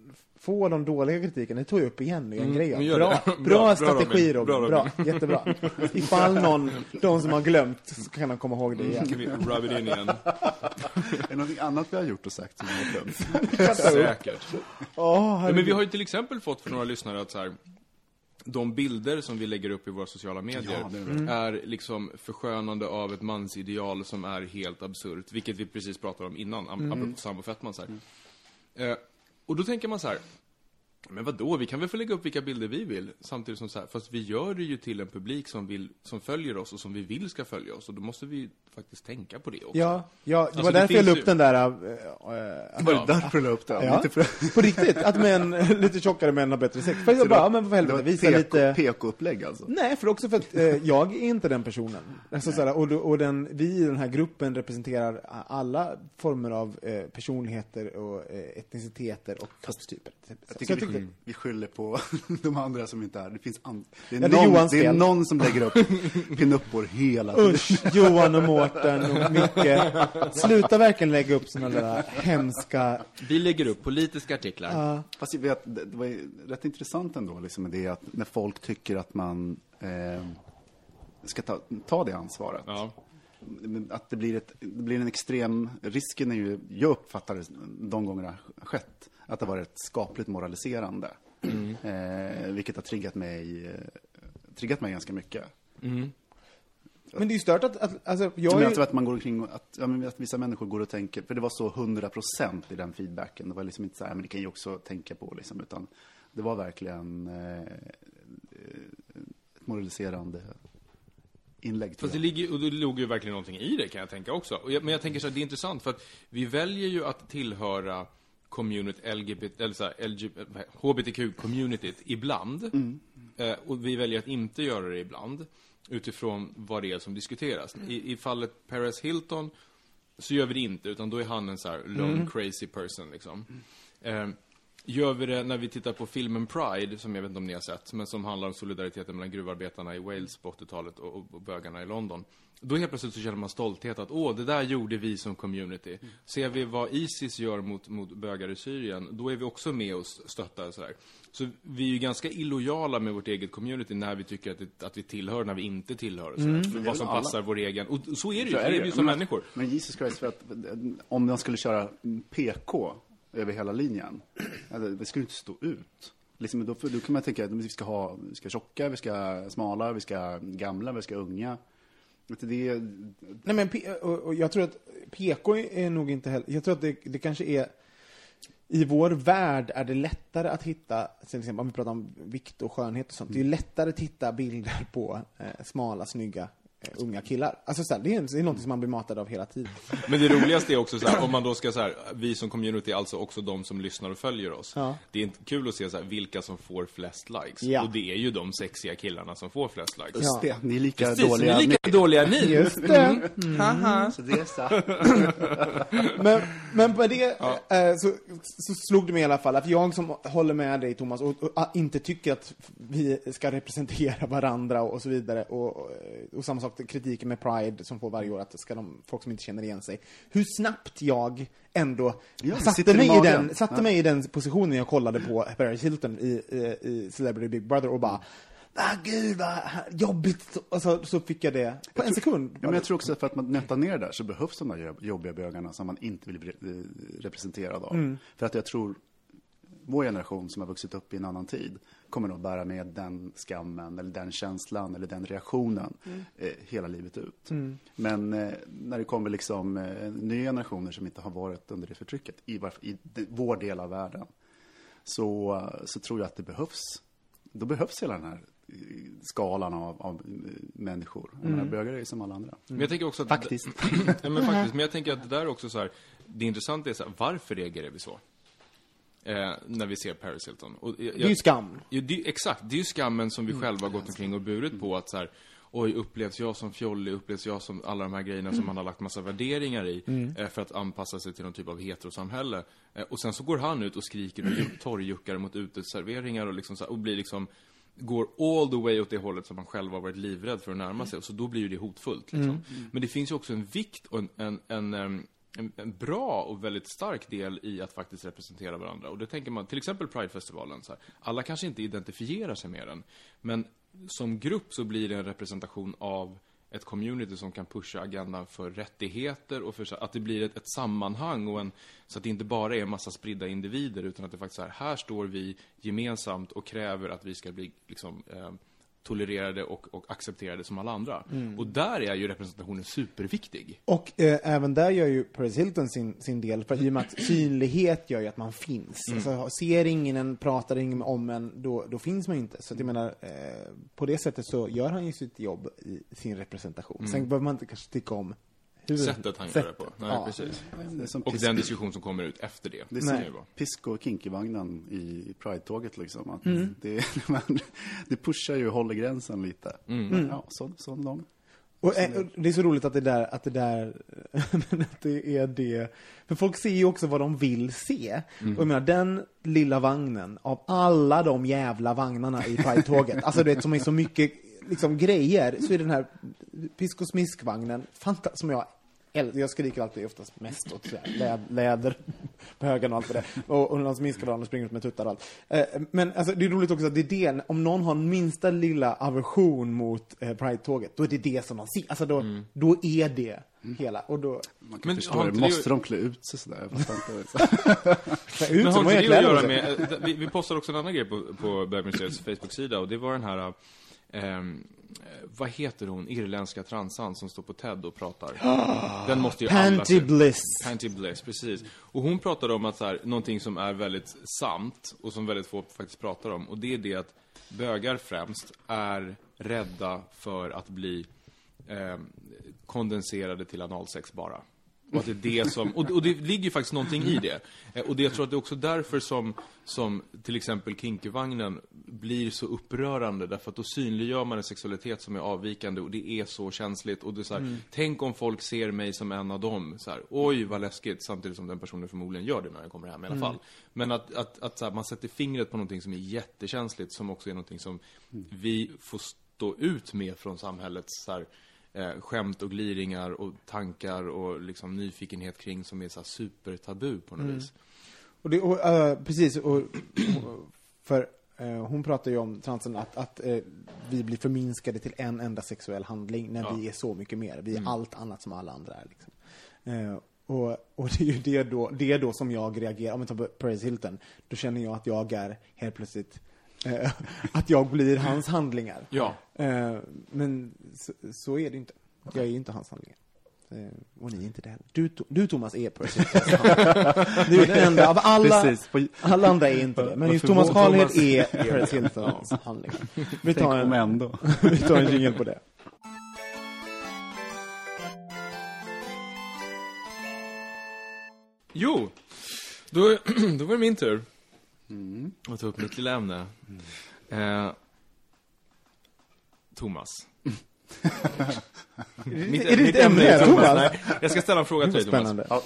få de dåliga kritiken, det tog jag upp igen i en grej. Bra strategi, Robin. Bra, jättebra. Ifall de som har glömt så kan de komma ihåg det igen. Ska vi rub it in igen? Är det någonting annat vi har gjort och sagt som vi har glömt? Säkert. Men vi har ju till exempel fått för några lyssnare att så här, de bilder som vi lägger upp i våra sociala medier är liksom förskönande av ett mansideal som är helt absurt, vilket vi precis pratade om innan, apropå Sambo Fettman så här. Och då tänker man så här, men vadå, vi kan väl få lägga upp vilka bilder vi vill, samtidigt som så här, fast vi gör det ju till en publik som följer oss och som vi vill ska följa oss, och då måste vi faktiskt tänka på det också. Ja, det var alltså, därför jag la upp den där... Var det därför du la upp den? Ja, på riktigt, att män, lite tjockare män har bättre sex. För jag bara, men för helvete, visa lite... PK-upplägg alltså? Nej, för också för att jag är inte den personen. Alltså, såhär, och vi i den här gruppen representerar alla former av personligheter och etniciteter och kroppstyper. Jag tycker vi skyller på de andra som inte är. Det finns det är någon som lägger upp pinuppor hela tiden. Usch, Johan och Mårten och Micke. Sluta verkligen lägga upp såna där hemska... Vi lägger upp politiska artiklar. Fast jag vet, det var rätt intressant ändå liksom, det att när folk tycker att man ska ta det ansvaret. Ja. Att det blir en extrem... Risken är ju, jag uppfattar det de gångerna skett, att det var ett skapligt moraliserande. Vilket har triggat mig ganska mycket. Men det är ju stört att alltså, jag tror att man går omkring och att vissa människor går och tänker, för det var så 100% i den feedbacken. Det var liksom inte så här, men det kan ju också tänka på liksom, utan det var verkligen ett moraliserande inlägg. Fast det låg ju verkligen någonting i det, kan jag tänka också. Men jag tänker så att det är intressant, för att vi väljer ju att tillhöra HBTQ-communityt ibland. Och vi väljer att inte göra det ibland, utifrån vad det är som diskuteras. I fallet Paris Hilton så gör vi det inte, utan då är han en så här lone crazy person liksom. Gör vi det när vi tittar på filmen Pride, som jag vet inte om ni har sett, men som handlar om solidariteten mellan gruvarbetarna i Wales på 80-talet och bögarna i London. Då helt plötsligt så känner man stolthet att det där gjorde vi som community. Ser vi vad ISIS gör mot bögar i Syrien, då är vi också med och stöttar och sådär. Så vi är ju ganska illojala med vårt eget community när vi tycker att vi tillhör, när vi inte tillhör. Vad som passar vår egen. Och så är det ju, som människor. Men Jesus Christ, för att om de skulle köra PK över hela linjen, det skulle inte stå ut. Liksom, då kan man tänka att vi ska tjocka, vi ska smala, vi ska gamla, vi ska unga. Nej, men och jag tror att PK är nog inte heller... Jag tror att det kanske är... I vår värld är det lättare att hitta, till exempel om vi pratar om vikt och skönhet och sånt, det är lättare att hitta bilder på smala, snygga, unga killar. Alltså så här, det är något som man blir matad av hela tiden. Men det roligaste är också så här, om man då ska så här, vi som community är alltså också de som lyssnar och följer oss. Ja. Det är inte kul att se så här, vilka som får flest likes. Ja. Och det är ju de sexiga killarna som får flest likes. Just det, ni är lika precis, dåliga. Ni är lika dåliga ni. Just det. Så det är så. Men på det så slog det mig i alla fall att jag som håller med dig, Thomas, och inte tycker att vi ska representera varandra och så vidare, och samma sak kritiken med Pride som får varje år, att ska folk som inte känner igen sig, hur snabbt jag ändå satte mig i den positionen jag kollade på Paris Hilton i Celebrity Big Brother och bara gud vad jobbigt, och så fick jag det på en sekund. Ja, men jag tror också att för att man nötar ner där så behövs de där jobbiga bögarna som man inte vill bli representerad av. För att jag tror vår generation som har vuxit upp i en annan tid kommer nog bära med den skammen eller den känslan eller den reaktionen hela livet ut. Men när det kommer liksom nya generationer som inte har varit under det förtrycket i vår del av världen, så tror jag att det behövs. Då behövs hela den här skalan av människor. Jag menar, bögar är ju som alla andra. Men jag tänker också att faktiskt. Men jag tänker att det där är också så här, det intressanta är så här, varför reagerar vi så? När vi ser Paris Hilton. Det är ju skam. Exakt, det är ju skammen som vi själva har gått omkring och burit på, att så här, oj, upplevs jag som fjollig, upplevs jag som alla de här grejerna som man har lagt massa värderingar i för att anpassa sig till någon typ av heterosamhälle. Och sen så går han ut och skriker och torrjuckar mot uteserveringar och liksom så här, och blir liksom, går all the way åt det hållet som man själv har varit livrädd för att närma sig. Och så då blir ju det hotfullt liksom. Men det finns ju också en vikt och en bra och väldigt stark del i att faktiskt representera varandra. Och det tänker man, till exempel Pride-festivalen, så här, alla kanske inte identifierar sig med den, men som grupp så blir det en representation av ett community som kan pusha agendan för rättigheter och för att det blir ett sammanhang och så att det inte bara är en massa spridda individer, utan att det faktiskt är här står vi gemensamt och kräver att vi ska bli liksom tolererade och accepterade som alla andra. Och där är ju representationen superviktig. Och även där gör ju Paris Hilton sin del, för i och med att synlighet gör ju att man finns. Alltså, ser ingen en, pratar ingen om en, då finns man inte. Så att jag menar, på det sättet så gör han ju sitt jobb i sin representation. Sen behöver man inte kanske tycka om sättet han gör det på. Nej, precis. Det och den diskussion som kommer ut efter det. Det är pisk- och kinkivagnen i Pride-tåget liksom. Att det pushar ju och håller gränsen lite. Ja, så de. Och det är så roligt att det är det. För folk ser ju också vad de vill se. Och jag menar, den lilla vagnen av alla de jävla vagnarna i Pride-tåget. Alltså det som är så mycket liksom grejer, så är den här pisk- och smiskvagnen som jag skriker alltid oftast mest åt läder på högen och allt för det. Och någon smiskar och springer ut med tuttar och allt. Men alltså, det är roligt också att det är det, om någon har minsta lilla aversion mot Pride-tåget, då är det som man ser. Alltså då är det hela. Och då... Man kan förstå det. Måste de klä ut sig sådär? Jag fattar inte. Men har inte det att göra med... Vi postar också en annan grej på Bögministeriets Facebook-sida, och det var den här... vad heter hon? Irländska transan som står på TED och pratar. Den måste ju Panty Bliss. Panty Bliss, precis. Och hon pratade om att så här, någonting som är väldigt sant och som väldigt få faktiskt pratar om, och det är det att bögar främst är rädda för att bli kondenserade till analsex bara. Och att det är det som, och det ligger ju faktiskt någonting i det. Och jag tror att det är också därför som till exempel kinkevagnen blir så upprörande, därför att då synliggör man en sexualitet som är avvikande, och det är så känsligt. Och det är så här, tänk om folk ser mig som en av dem, så här, oj vad läskigt, samtidigt som den personen förmodligen gör det när den kommer hem i alla fall. Men att så här, man sätter fingret på någonting som är jättekänsligt, som också är någonting som vi får stå ut med från samhällets så här, skämt och gliringar och tankar och liksom nyfikenhet kring, som är så här supertabu på något vis. Och precis, för hon pratar ju om transen att vi blir förminskade till en enda sexuell handling när vi är så mycket mer. Vi är allt annat som alla andra är liksom. Och det är ju det då som jag reagerar. Om jag tar på Paris Hilton, då känner jag att jag är helt plötsligt att jag blir hans handlingar. Ja. Men så är det inte. Jag är inte hans handlingar. Och ni är inte det heller. Du Thomas är Paris Hilton. Du är den enda av alla. Alla andra är inte det. Men just Thomas Karlhed är Paris Hiltons handlingar. Vi tar en jingle på det. Jo, då var det min tur att ta upp mitt lilla ämne. Thomas. Är det ett ämne, Thomas? Nej, jag ska ställa en fråga till dig, Thomas.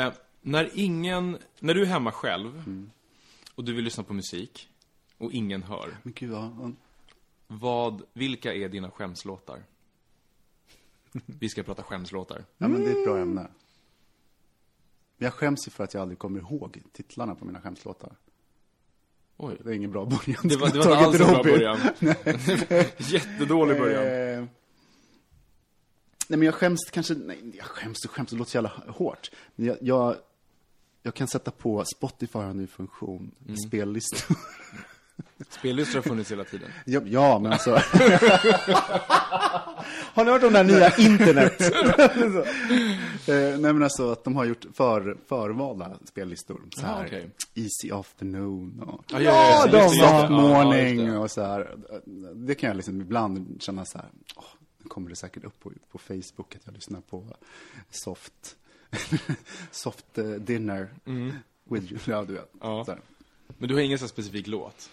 När du är hemma själv och du vill lyssna på musik och ingen hör. Men gud, vilka är dina skämslåtar? Vi ska prata skämslåtar. Ja, men det är ett bra ämne. Jag skäms ju för att jag aldrig kommer ihåg titlarna på mina skämslåtar. Oj. Det är ingen bra början. Det var inte alls en bra början. Jättedålig början. Nej, men jag skäms kanske... Nej, jag skäms, det låter så jävla hårt. Men jag kan sätta på Spotify har en ny funktion. Spellistor. Spellistor har funnits hela tiden. Ja, men alltså... Har ni hört om det här nya internet? Nej, men alltså att de har gjort förvalda spellistor. Så här, okay. Easy Afternoon och Soft Morning och så här. Det kan jag liksom ibland känna så här... Nu kommer det säkert upp på Facebook att jag lyssnar på soft dinner with you. Ja, du vet. Ja. Men du har ingen så specifik låt?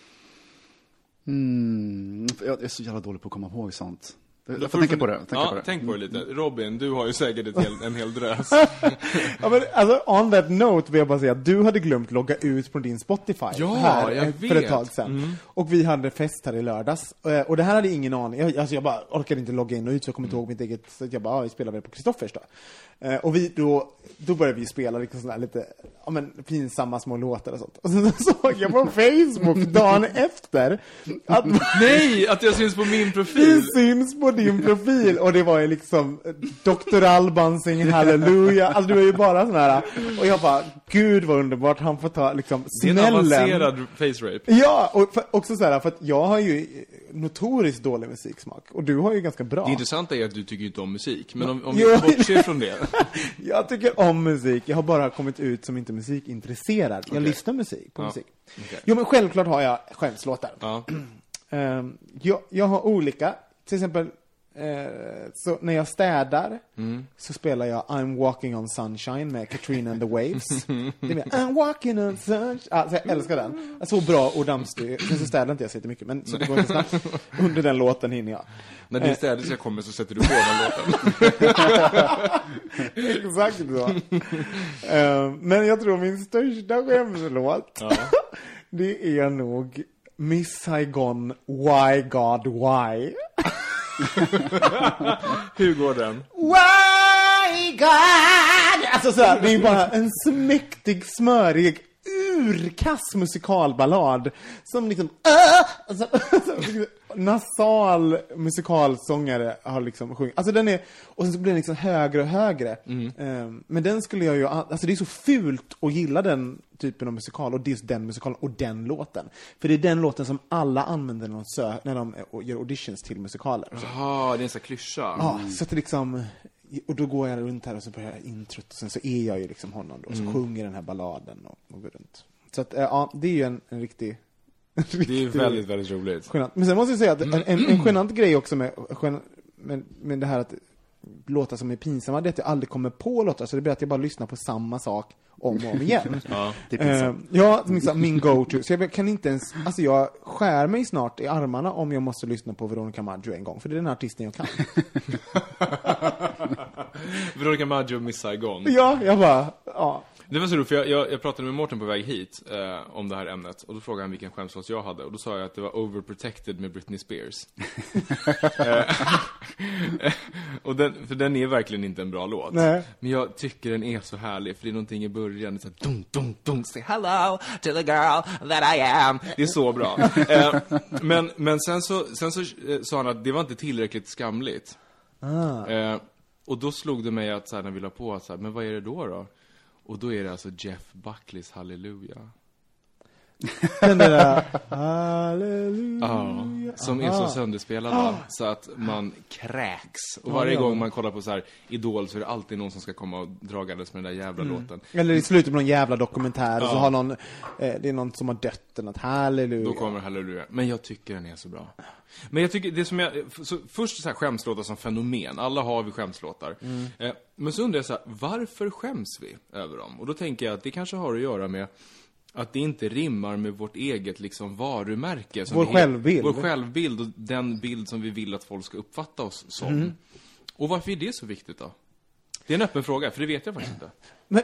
Jag är så jävla dålig på att komma ihåg sånt. Jag får tänka på det. Tänk på det lite. Robin, du har ju säkert en hel drös. Ja, men alltså, on that note vill jag bara säga att du hade glömt logga ut på din Spotify för ett tag sedan. Och vi hade fest här i lördags. Och det här hade ingen aning. Jag bara orkade inte logga in och ut, så jag kommer inte ihåg mitt eget. Så jag bara, vi spelar väl på Kristoffers då. Och då började vi spela liksom sådär lite pinsamma små låtar och sånt. Och sen så såg jag på Facebook dagen efter att nej, att jag syns på min profil. Vi syns på din profil. Och det var ju liksom Dr. Alban sing Halleluja. Alltså det var ju bara sån här. Och jag bara, gud vad underbart. Han får ta liksom smällen. Det är en avancerad face rape. Ja, och också så här, för att jag har ju notoriskt dålig musiksmak. Och du har ju ganska bra. Det intressanta är att du tycker inte om musik. Men om vi bortser från det. Jag tycker om musik. Jag har bara kommit ut som inte musikintresserad. Jag lyssnar på musik. Okay. Jo, men självklart har jag skämslåtar. Jag har olika. Till exempel så när jag städar så spelar jag I'm Walking on Sunshine med Katrina and the Waves. Det är med, I'm walking on sunshine. Alltså jag älskar den. Så bra och dammstyr. Sen så städar inte jag så mycket, men så det går inte snabbt. Under den låten hinner jag. När din städelse kommer så sätter du på den låten. Exakt så. Men jag tror min största skämslåt det är nog Miss Saigon, Why God Why. Hur går den? Why God! Alltså så här, det är bara en smäktig, smörig, urkass musikalballad som liksom nasal musikalsångare har liksom sjungit. Alltså den är, och sen så blir den liksom högre och högre. Men den skulle jag ju, alltså det är så fult att gilla den typen av musikal, och det är just den musikalen och den låten. För det är den låten som alla använder när de gör auditions till musikaler. Jaha, det är en sån klyscha. Ja, så att det liksom, och då går jag runt här och så börjar jag introt och sen så är jag ju liksom honom då, och så sjunger den här balladen och går runt. Så att ja, det är ju en riktig det är väldigt, väldigt roligt. Genant. Men sen måste jag säga att en genant grej också med det här att låtar som är pinsamma, det är att jag aldrig kommer på låtar, så det blir att jag bara lyssnar på samma sak om och om igen. Ja, det är pinsamt. Ja, min go-to. Så jag kan inte ens, alltså jag skär mig snart i armarna om jag måste lyssna på Veronica Maggio en gång, för det är den artisten jag kan. Veronica Maggio och Miss Saigon. Ja, jag bara, ja. Det var så roligt, för jag pratade med Mårten på väg hit om det här ämnet. Och då frågade han vilken skämslåt jag hade. Och då sa jag att det var Overprotected med Britney Spears. Och för den är verkligen inte en bra låt. Nej. Men jag tycker den är så härlig. För det är någonting i början. Det är så här, dum, dum, dum, say hello to the girl that I am. Det är så bra. Men sen så sa han att det var inte tillräckligt skamligt. Och då slog det mig att så här, när vi la på, så här, men vad är det då? Och då är det alltså Jeff Buckleys Halleluja. Den där Halleluja. Ja, som är så sönderspelad så att man kräks. Och varje gång man kollar på så här Idol så är det alltid någon som ska komma och dragandes med den där jävla låten. Eller i slutet på någon jävla dokumentär och så har någon det är någon som har dött eller något. Halleluja. Då kommer Halleluja. Men jag tycker den är så bra. Men jag tycker det som först så här skämslåtar som fenomen. Alla har vi skämslåtar. Men så undrar jag så här, varför skäms vi över dem? Och då tänker jag att det kanske har att göra med att det inte rimmar med vårt eget liksom varumärke. Vår självbild. Vår självbild och den bild som vi vill att folk ska uppfatta oss som. Och varför är det så viktigt då? Det är en öppen fråga, för det vet jag faktiskt inte. Men,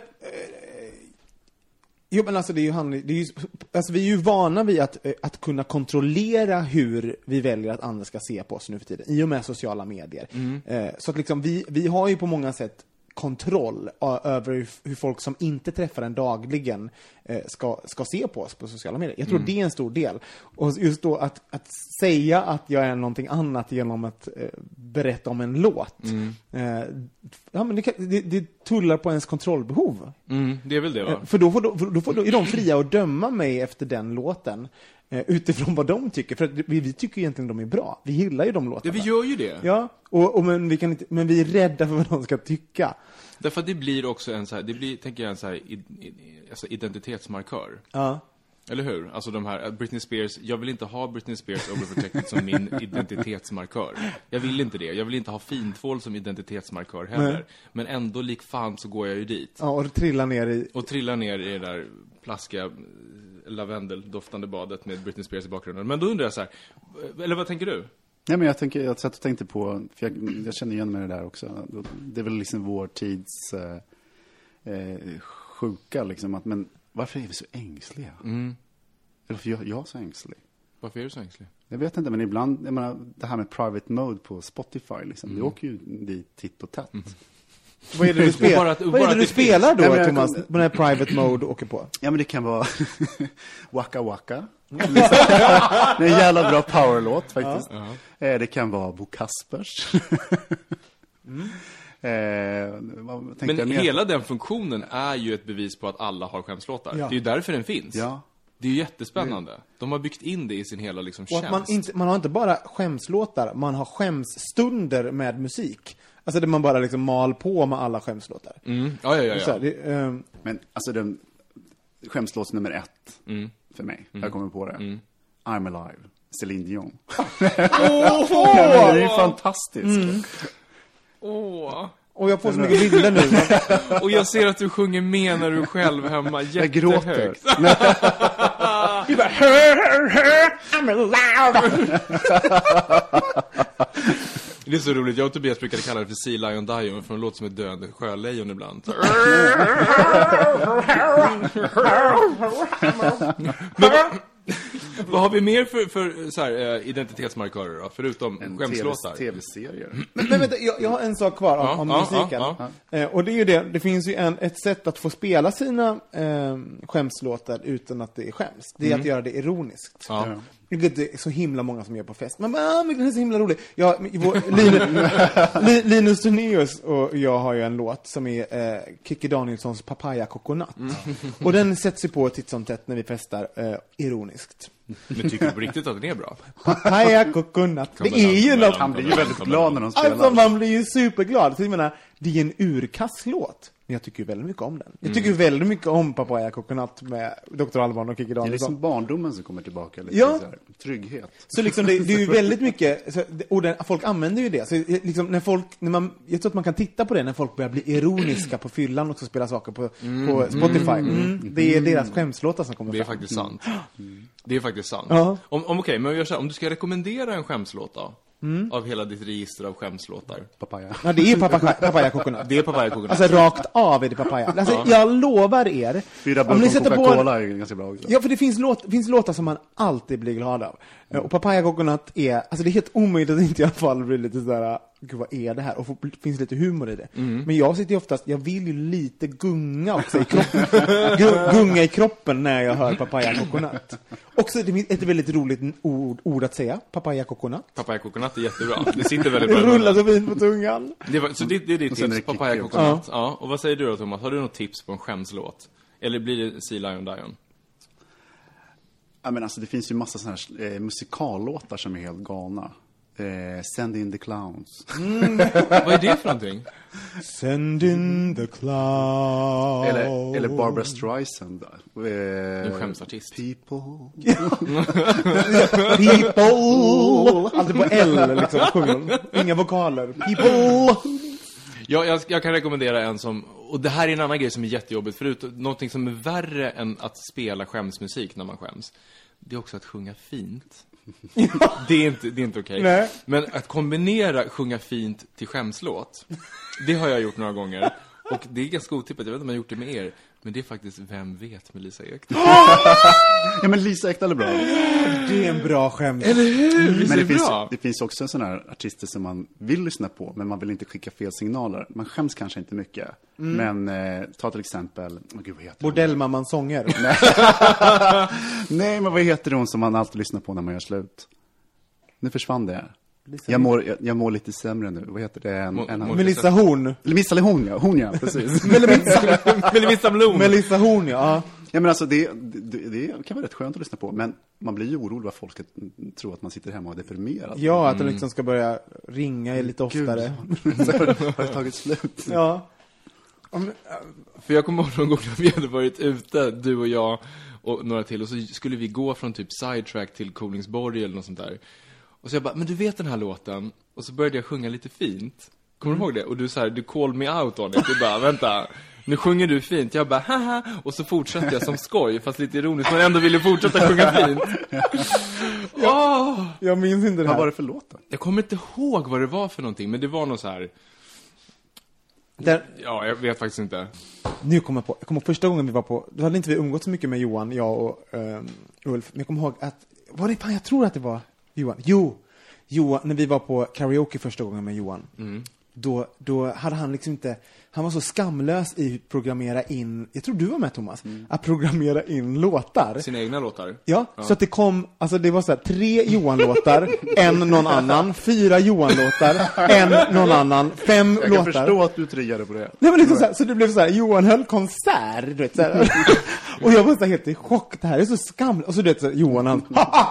jo, men alltså, alltså vi är ju vana vid att kunna kontrollera hur vi väljer att andra ska se på oss nu för tiden. I och med sociala medier. Så att liksom vi har ju på många sätt kontroll över hur folk som inte träffar en dagligen ska se på oss på sociala medier. Jag tror det är en stor del. Och just då att säga att jag är någonting annat genom att berätta om en låt. Ja, men det tullar på ens kontrollbehov. Det är väl det, va? För då är de fria att döma mig efter den låten. Utifrån vad de tycker. För att vi tycker egentligen de är bra. Vi gillar ju de låtarna. Ja, vi gör ju det. Ja, men vi är rädda för vad de ska tycka. Därför att det blir också en så här, det blir, tänker jag, en så här alltså identitetsmarkör. Ja. Eller hur? Alltså de här Britney Spears, jag vill inte ha Britney Spears Overprotected som min identitetsmarkör. Jag vill inte det. Jag vill inte ha fintvål som identitetsmarkör heller. Nej. Men ändå lik fan så går jag ju dit. Ja, och trillar ner i det där plaskiga lavendeldoftande badet med Britney Spears i bakgrunden. Men då undrar jag så här, eller vad tänker du? Nej, men jag satt och tänkte på, för jag känner igen mig det där också. Det är väl liksom vår tids sjuka liksom, att, men varför är vi så ängsliga? Eller varför är jag så ängslig? Varför är du så ängslig? Jag vet inte, men ibland, jag menar, det här med private mode på Spotify liksom, det åker ju dit titt och tätt. Vad är det du spelar? Vad är det du spelar då, Thomas? På den här private mode åker på? Ja, men det kan vara Waka Waka. Det är en jävla bra powerlåt faktiskt. Det kan vara Bo Kaspers. Men hela den funktionen är ju ett bevis på att alla har skämslåtar. Det är ju därför den finns. Ja. Det är ju jättespännande. De har byggt in det i sin hela liksom tjänst. Och man har inte bara skämslåtar, man har skämsstunder med musik. Alltså där man bara liksom mal på med alla skämslåtar. Ja. Men alltså den skämslåt nummer 1 för mig. Jag kommer på det. I'm Alive, Céline Dion. Det är ju fantastiskt. Och jag får så mycket bilder nu. Och jag ser att du sjunger med när du själv hemma jättehögt. Jag gråter. Du bara, I'm alive. Det är så roligt. Jag och Tobias brukade kalla det för Sea Lion Dion, för de låter som ett döende sjölejon ibland. Vad har vi mer för så här, identitetsmarkörer då? Förutom skämslåtar? TV-serier. Men vänta, jag har en sak kvar om musiken. Och det är ju det finns ju ett sätt att få spela sina skämslåtar utan att det är skäms. Det är att göra det ironiskt. Det är så himla många som gör på fest. Men det är så himla roligt. Linus Tornéus och jag har ju en låt som är Kikki Danielssons Papaya Coconut. Och den sätts ju på titt som tätt när vi festar ironiskt. Men tycker du på riktigt att den är bra? Papaya Coconut. Det är ju något. Han blir ju väldigt glad när de spelar. Alltså man blir ju superglad. Så jag menar, det är en urkasslåt. Men jag tycker väldigt mycket om den. Jag tycker väldigt mycket om Papaya Coconut med Dr. Alban och Kikki Danielsson. Det är liksom barndomen som kommer tillbaka. Lite så här, trygghet. Så liksom det är ju väldigt mycket, och folk använder ju det. Så liksom jag tror att man kan titta på det när folk börjar bli ironiska på fyllan och så spela saker på Spotify. Det är deras skämslåtar som kommer fram. Det är faktiskt sant. Det är faktiskt sant. Okej, men gör så här, om du ska rekommendera en skämslåt då? Av hela ditt register av skämslåtar. Papaya. Ja, det är Papaya Coconut. Det är Papaya Coconut. Alltså rakt av är det Papaya. Alltså, jag lovar er. 4 burkar Coca-Cola är ganska bra också. Ja, för det finns låtar som man alltid blir glad av. Och Papaya Coconut är, alltså det är helt omöjligt att inte i alla fall bli lite sådär, gud vad är det här? Och finns lite humor i det. Men jag sitter ju oftast, jag vill ju lite gunga också i kroppen. Gunga i kroppen när jag hör Papaya Coconut. Också ett väldigt roligt ord att säga, Papaya Coconut. Papaya Coconut är jättebra. Det sitter väldigt bra. Det rullar så fint på tungan. Så det är ditt tips, Papaya Coconut. Ja. Och vad säger du då, Thomas? Har du något tips på en skämslåt? Eller blir det Sea Lion Dion? Ja, men alltså det finns ju massa såna här musikallåtar som är helt galna. Send in the clowns. Vad är det för någonting? Send in the clowns. Eller Barbra Streisand. En skämsartist. People. People. Alltid på L liksom. Inga vokaler. People. Jag kan rekommendera en som, och det här är en annan grej som är jättejobbigt förut, någonting som är värre än att spela skämsmusik när man skäms. Det är också att sjunga fint. Det är inte okej. Nej. Men att kombinera sjunga fint till skämslåt, det har jag gjort några gånger. Och det är ganska otippat, jag vet inte om jag har gjort det med er. Men det är faktiskt Vem vet med Lisa Ekdahl. Ja, men Lisa Ekdahl är bra. Det är en bra skämt. Eller hur? Men det finns också sådana här artister som man vill lyssna på, men man vill inte skicka fel signaler. Man skäms kanske inte mycket. Men ta till exempel, gud, vad heter Bordellmammans sånger. Nej, men vad heter hon som man alltid lyssnar på när man gör slut? Nu försvann det. Jag mår lite sämre nu. Vad heter det? Melissa Horn. Melissa Horn, ja. Hon, ja, precis. Melissa Horn, ja. Ja, men alltså det kan vara rätt skönt att lyssna på. Men man blir ju orolig vad folk tror att man sitter hemma och är deprimerad. Ja, att de liksom ska börja ringa lite oftare. Har det tagit slut? Ja. För jag kommer ihåg någon gång när vi hade varit ute, du och jag och några till. Och så skulle vi gå från typ Sidetrack till Kolingsborg eller något sånt där. Och så jag bara, men du vet den här låten? Och så började jag sjunga lite fint. Kommer du ihåg det? Och du så här, du called me out on it. Du bara, vänta, nu sjunger du fint. Jag bara, haha. Och så fortsatte jag som skoj, fast lite ironiskt. Men ändå ville fortsätta sjunga fint. Jag minns inte det här. Vad var det för låten? Jag kommer inte ihåg vad det var för någonting. Men det var något så här... Ja, jag vet faktiskt inte. Nu kommer jag på. Jag kommer ihåg första gången vi var på... Då hade inte vi umgått så mycket med Johan, jag och Ulf. Men jag kommer ihåg att... Jag tror att det var Johan. Johan, när vi var på karaoke första gången med Johan. då hade han liksom inte... Han var så skamlös i att programmera in... Jag tror du var med, Thomas. Att programmera in låtar. Sina egna låtar? Ja, så att det kom... Alltså det var så här 3 Johan-låtar, en någon annan, 4 Johan-låtar, en någon annan, 5 låtar. Jag kan förstå att du triggade på det. Nej, men liksom så det blev så här, Johan höll konsert, du vet, så här. Och jag var så här helt i chock. Det här är så skamlöst. Och så du vet, så här, Johan han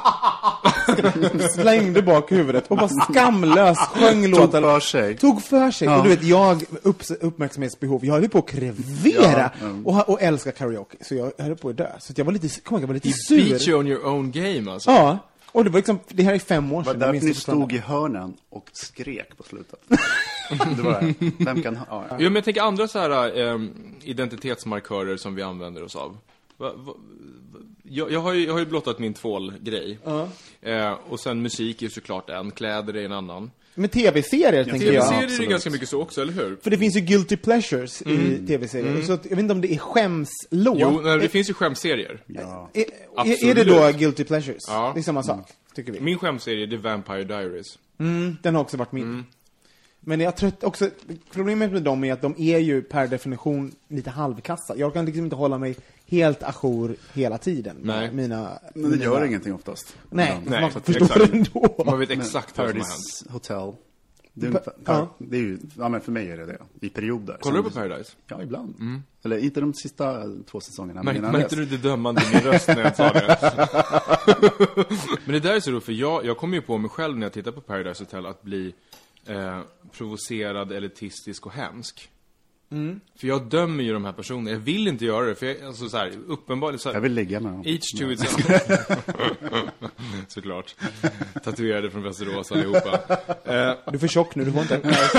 slängde bak huvudet och bara skamlös sjöng låtar. Tog för sig. Ja. Och du vet, jag uppmärksamhetsbehov. Jag höll på att krevera och älskar karaoke. Så jag höll på att dö. Så jag var lite, sur. You beat you on your own game, alltså. Ja. Och det var liksom, det här är 5 år sedan. Var därför ni stod i hörnen och skrek på slutet. Det var det. Vem kan ja, men jag tänker andra så här identitetsmarkörer som vi använder oss av. Jag har ju blottat min tvålgrej. Och sen musik är såklart en, kläder är en annan. Men tv-serier tänker jag. Tv-serier är ganska mycket så också, eller hur? För det finns ju guilty pleasures i tv-serier. Så att, jag vet inte om det är skämslåt. Jo, det finns ju skämserier. Ja. Är det då guilty pleasures? Ja. Det är samma sak, tycker vi. Min skämserie är The Vampire Diaries. Den har också varit min. Men jag tror också, problemet med dem är att de är ju per definition lite halvkassa. Jag kan liksom inte hålla mig helt ajour hela tiden. Nej. Men det gör ingenting oftast. Nej, man förstår det ändå. Man vet exakt vad som har hänt. Hotel. Det är ju, ja, men för mig är det i perioder. Kollar du på Paradise? Ja, ibland. Eller inte de sista 2 säsongerna. Men inte du det dömande i min röst när jag sa det? Men det där är så roligt, för jag kommer ju på mig själv när jag tittar på Paradise Hotel att bli provocerad, elitistisk och hemsk. För jag dömer ju de här personerna. Jag vill inte göra det, för jag, alltså, så här, uppenbarligen så här, jag vill lägga med dem. Each to its own. Såklart. Tatuerade från Västerås allihopa. Du är för tjock nu, du får inte.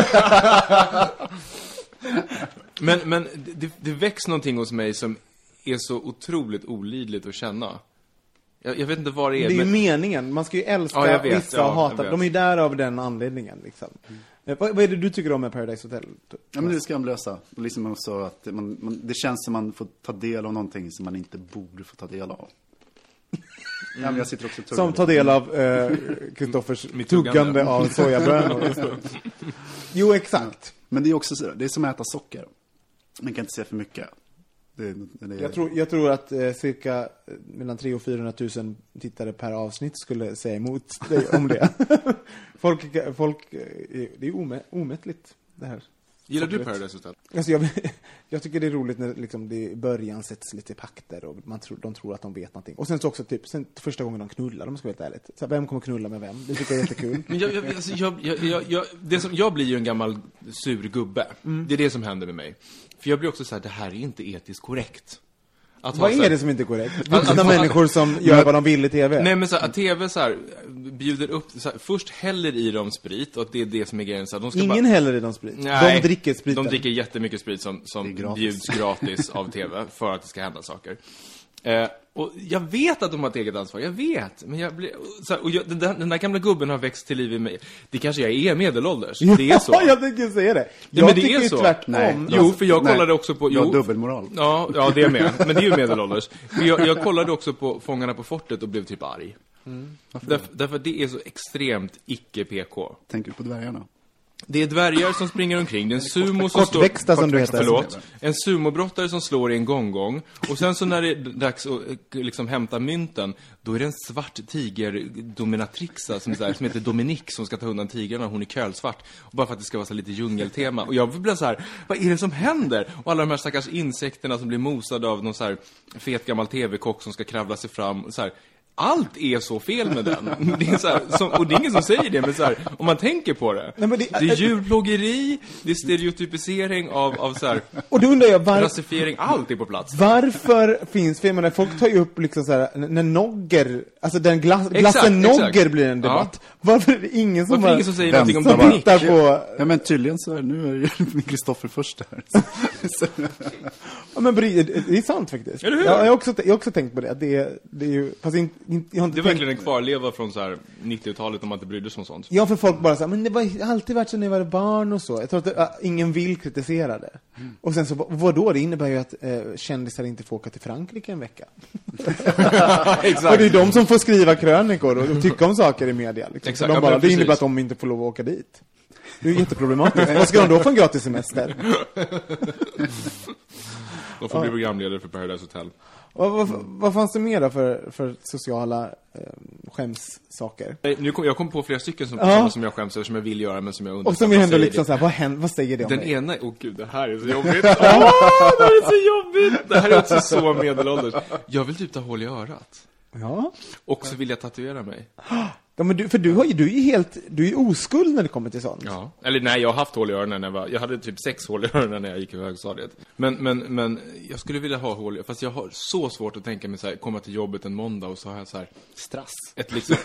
Men det väcks någonting hos mig som är så otroligt olidligt att känna. Jag vet inte vad det är. Det är ju meningen. Man ska ju älska vissa och hata. De är ju där av den anledningen. Liksom. Vad är det du tycker om med Paradise Hotel? Ja, men det är skamlösa. Liksom också att det känns som man får ta del av någonting som man inte borde få ta del av. Ja, men jag sitter också som tar del av Kristoffers tuggande av sojabönor. Jo, exakt. Men det är också så, det är som att äta socker. Man kan inte säga för mycket. Jag tror att cirka mellan 300 och 400 000 tittare per avsnitt skulle säga emot dig om det. folk det är omättligt det här. Gillar du Paradise Hotel? Alltså jag tycker det är roligt när liksom det i början sätts lite pakter och de tror att de vet någonting. Och sen så också typ första gången de knullar, de ska vara ärligt. Så vem kommer knulla med vem? Det tycker jag är jättekul. Men jag blir ju en gammal sur gubbe. Det är det som händer med mig. För jag blir också så här, det här är inte etiskt korrekt. Vad är det som inte är korrekt? Vuxna människor som gör vad de vill i tv. Nej, men så att tv så här bjuder upp så här, först häller i dem sprit, och det är det som är grejen så här, de ska ingen häller i dem sprit. Nej, de dricker sprit. De dricker jättemycket sprit som bjuds gratis av tv för att det ska hända saker. Och jag vet att de har ett eget ansvar. Jag vet. Men jag blir så här, och den där gamla gubben har växt till liv i mig. Det kanske jag är medelålders. Det är så. Ja, jag tänker säga det. Ja, men det tycker är så. Tvärtom. Nej, jo, för jag kollade också på... Jag har dubbelmoral. Ja, det är med. Men det är ju medelålders. Jag kollade också på Fångarna på fortet och blev typ arg. Därför det är så extremt icke-PK. Tänker du på dvärgarna? Det är dvärgar som springer omkring. Det är en sumo som kortväxta som du heter. Förlåt. En sumobrottare som slår i en gång. Och sen så när det är dags att liksom hämta mynten, då är det en svart tiger dominatrixa som heter Dominique som ska ta undan tigrarna. Hon är kölsvart. Och bara för att det ska vara så lite djungeltema. Och jag blir så här, vad är det som händer? Och alla de här stackars insekterna som blir mosade av någon så här fet gammal tv-kock som ska kravla sig fram. Så här, allt är så fel med den. Det är så här, och det är ingen som säger det, men så här, om man tänker på det. Nej, men det är djurplågeri, det är stereotypisering av så här, och då undrar jag rasifiering, allt är på plats. Varför finns, för jag menar, folk tar ju upp liksom så här, när Nogger, alltså den glassen Nogger blir en debatt. Ja. Varför är det ingen som ingen som säger någonting om Dominique? Ja, men tydligen så nu är det Kristoffer först här. Ja, men det är sant faktiskt. Eller hur? Jag har också tänkt på det. Att det är ju, fast jag har inte det är verkligen en kvarleva från så här 90-talet om man inte brydde sig om sånt. Ja, för folk bara så här, men det var alltid varit så när jag var barn och så. Jag tror att ingen vill kritisera det. Och sen så, vadå? Det innebär ju att kändisar inte får åka till Frankrike en vecka. Exakt. Och det är de som får skriva krönikor och tycka om saker i media. Liksom. Exakt. Det innebär att de inte får lov att åka dit. Det är jätteproblematiskt. Vad ska de då få en gratis semester? De får bli programledare för Paradise Hotel. Vad fanns det mer då för sociala skämssaker? Jag kom på flera stycken som jag skäms över, som jag vill göra men som jag undrar. Och som är ändå liksom så här, vad säger det om den mig? ena, gud, det här är så jobbigt. Det här är så jobbigt. Det här är också så medelålders. Jag vill typ ta hål i örat. Ja. Och så vill jag tatuera mig. Ja, men du är ju oskuld när det kommer till sånt. Ja. Eller nej, jag har haft hål i öronen jag hade typ 6 hål i öronen när jag gick i högstadiet. Men jag skulle vilja ha hål i, fast jag har så svårt att tänka mig så här, komma till jobbet en måndag och så har jag så här strass. Ett liksom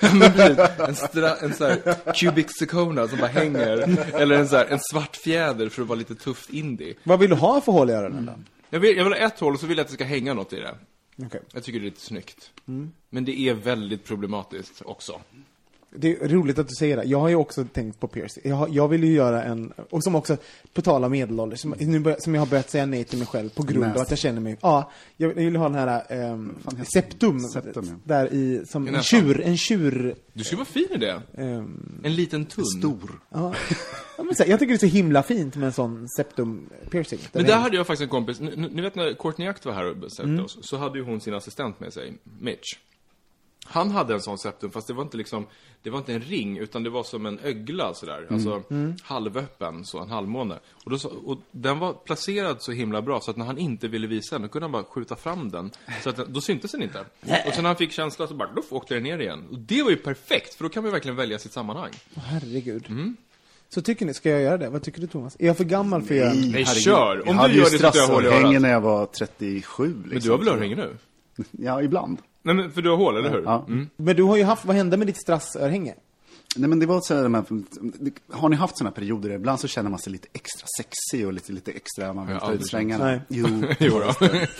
en så här cubic zirconia som bara hänger, eller en svart fjäder för att vara lite tufft indie. Vad vill du ha för hål i öronen då? Jag vill ha ett hål och så vill jag att det ska hänga något i det. Okay. Jag tycker det är lite snyggt. Men det är väldigt problematiskt också. Det är roligt att du säger det. Jag har ju också tänkt på piercing. Jag vill ju göra en, och som också på tal av medelålder, som jag har börjat säga nej till mig själv på grund av att jag känner mig, jag vill ha den här septum där i, som en tjur. Du skulle vara fin i det. En liten tunn. Stor. Ja. Men jag tycker det är så himla fint med en sån septum piercing. Men där hade jag faktiskt en kompis, ni vet när Courtney Act var här och besökte oss, så hade ju hon sin assistent med sig, Mitch. Han hade en sån septum, fast det var inte en ring, utan det var som en ögla sådär, alltså halvöppen, så en halvmåne. Och den var placerad så himla bra så att när han inte ville visa den, då kunde han bara skjuta fram den, så att då syntes den inte. Och sen när han fick känsla så bara, då åkte den ner igen. Och det var ju perfekt, för då kan man verkligen välja sitt sammanhang. Herregud. Så tycker ni, ska jag göra det? Vad tycker du, Thomas? Är jag för gammal för att göra det? Nej, kör! Om du gör det så jag håller örhängen när jag var 37 liksom. Men du har väl örhängen nu? Ja, ibland. Nej, men för du har hål, eller hur? Ja. Men du har ju haft, vad hände med ditt strassörhänge? Nej, men det var så här, har ni haft såna perioder? Ibland så känner man sig lite extra sexy och lite extra, man vill ta ut svängarna. Nej. Jo då.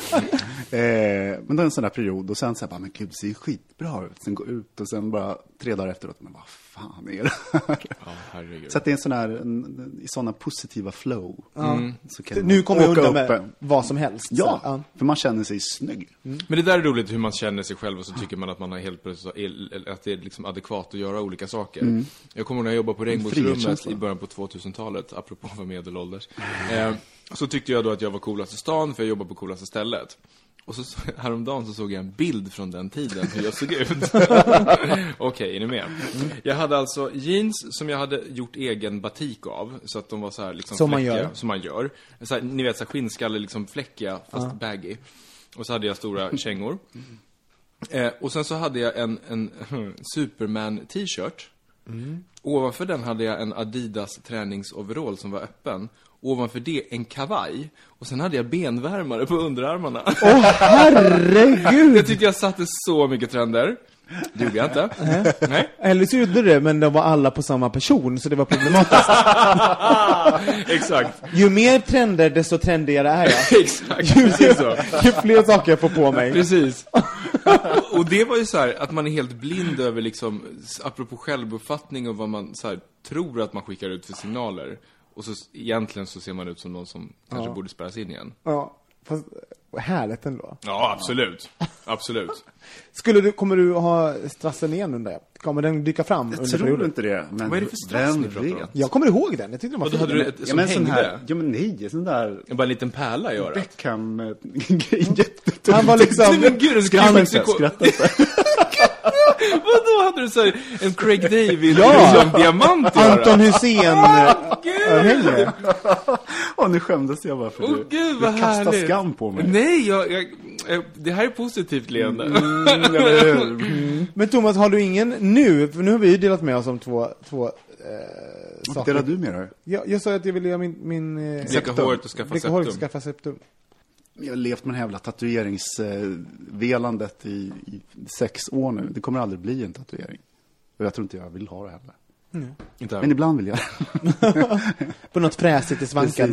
Men då är en sån där period, och sen så här bara, men gud, det ser ju skitbra ut. Sen gå ut och sen bara 3 dagar efteråt, men vad fan är det här? Ja, herregud. Så att det är en sån här, i såna positiva flow. Så kan Nu kommer jag undan med vad som helst. Ja, så. för man känner sig snygg. Men det där är roligt hur man känner sig själv, och så tycker man att man har helt plötsligt att det är liksom adekvat att göra olika saker. Jag kommer när jag jobbade på Regnbågsrummet i början på 2000-talet, apropå för medelålders. Så tyckte jag då att jag var coolast i stan, för jag jobbade på coolaste stället. Och så häromdagen så såg jag en bild från den tiden hur jag såg ut. Okej, är ni med? Jag hade alltså jeans som jag hade gjort egen batik av, så att de var så här liksom som fläckiga, som man gör. Så här, ni vet, så här skinnskalle liksom fläckiga fast baggy. Och så hade jag stora kängor. Och sen så hade jag en Superman t-shirt. Ovanför den hade jag en Adidas träningsoverall som var öppen. Ovanför det en kavaj. Och sen hade jag benvärmare på underarmarna. Herregud! Jag tyckte jag satte så mycket trender. Det gjorde jag inte. Nej. Eller så gjorde det, men de var alla på samma person, så det var problematiskt. Exakt. Ju mer trender, desto trendigare är jag. Exakt, precis så. Ju fler saker jag får på mig. Precis. Och det var ju så här att man är helt blind över liksom, apropå självuppfattning och vad man så här, tror att man skickar ut för signaler. Och så egentligen så ser man ut som någon som kanske borde spärras in igen. Ja, fast härligt ändå. Ja, absolut. Absolut. Kommer du ha strassen igen under det? Kommer den dyka fram under perioden? Jag tror inte det. Men vad är det för strass ni pratar om? Jag kommer ihåg den. Jag tyckte den var fin. Hade du ett som hängde? Här, ja, men nej, sån där... Bara en liten pärla i örat. Beckham-grej. Han var liksom... Nej, men gud, skrattar inte. Vadå hade du så här, en Craig David diamant i Anton Hussein hänger. Och nu skämdes jag bara för gud, vad du kastar härligt. skam på mig. Nej, det här är positivt, leende. Men Thomas, har du ingen nu? För nu har vi ju delat med oss om två Vad delar du med dig? Jag sa att jag ville göra min Bleka håret och skaffa septum. Jag har levt med det här jävla tatueringsvelandet i 6 år nu. Det kommer aldrig bli en tatuering. Och jag tror inte jag vill ha det heller. Men ibland vill jag. På något fräsigt i svanken.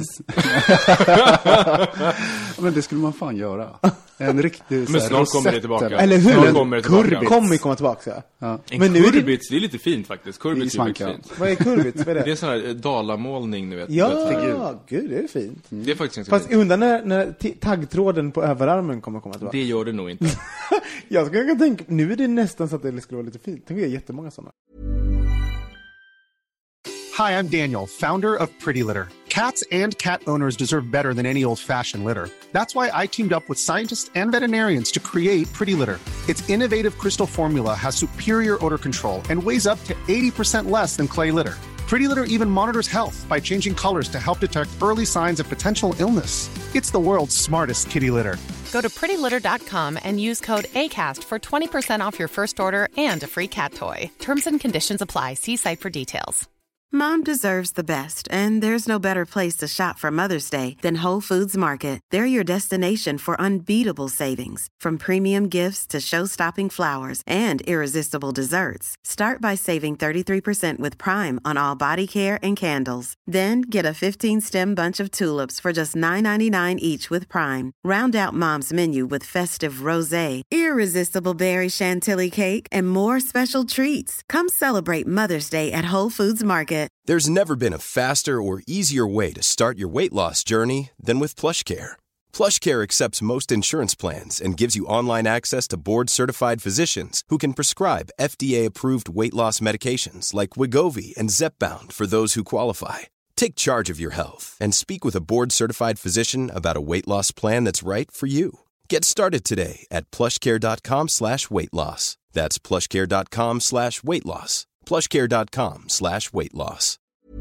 Men det skulle man fan göra. En riktig. Men snart kommer det tillbaka. Eller hur? Kommer komma tillbaka. Ja. Men nu kurbits, det är lite fint faktiskt. Kurbits är lite fint. Vad är kurbits? Vad är det? Det är sån här dalamålning, ni vet. Ja, gud, det är fint. Det är faktiskt ganska fast undrar när taggtråden på överarmen kommer komma tillbaka. Det gör det nog inte. Jag skulle tänka, nu är det nästan så att det skulle vara lite fint. Tänk, jag har jättemånga sådana. Hi, I'm Daniel, founder of Pretty Litter. Cats and cat owners deserve better than any old-fashioned litter. That's why I teamed up with scientists and veterinarians to create Pretty Litter. Its innovative crystal formula has superior odor control and weighs up to 80% less than clay litter. Pretty Litter even monitors health by changing colors to help detect early signs of potential illness. It's the world's smartest kitty litter. Go to prettylitter.com and use code ACAST for 20% off your first order and a free cat toy. Terms and conditions apply. See site for details. Mom deserves the best, and there's no better place to shop for Mother's Day than Whole Foods Market. They're your destination for unbeatable savings, from premium gifts to show-stopping flowers and irresistible desserts. Start by saving 33% with Prime on all body care and candles. Then get a 15-stem bunch of tulips for just $9.99 each with Prime. Round out Mom's menu with festive rosé, irresistible berry chantilly cake, and more special treats. Come celebrate Mother's Day at Whole Foods Market. There's never been a faster or easier way to start your weight loss journey than with PlushCare. PlushCare accepts most insurance plans and gives you online access to board-certified physicians who can prescribe FDA-approved weight loss medications like Wegovy and Zepbound for those who qualify. Take charge of your health and speak with a board-certified physician about a weight loss plan that's right for you. Get started today at plushcare.com/weightloss. That's plushcare.com/weightloss. plushcare.com/weightloss.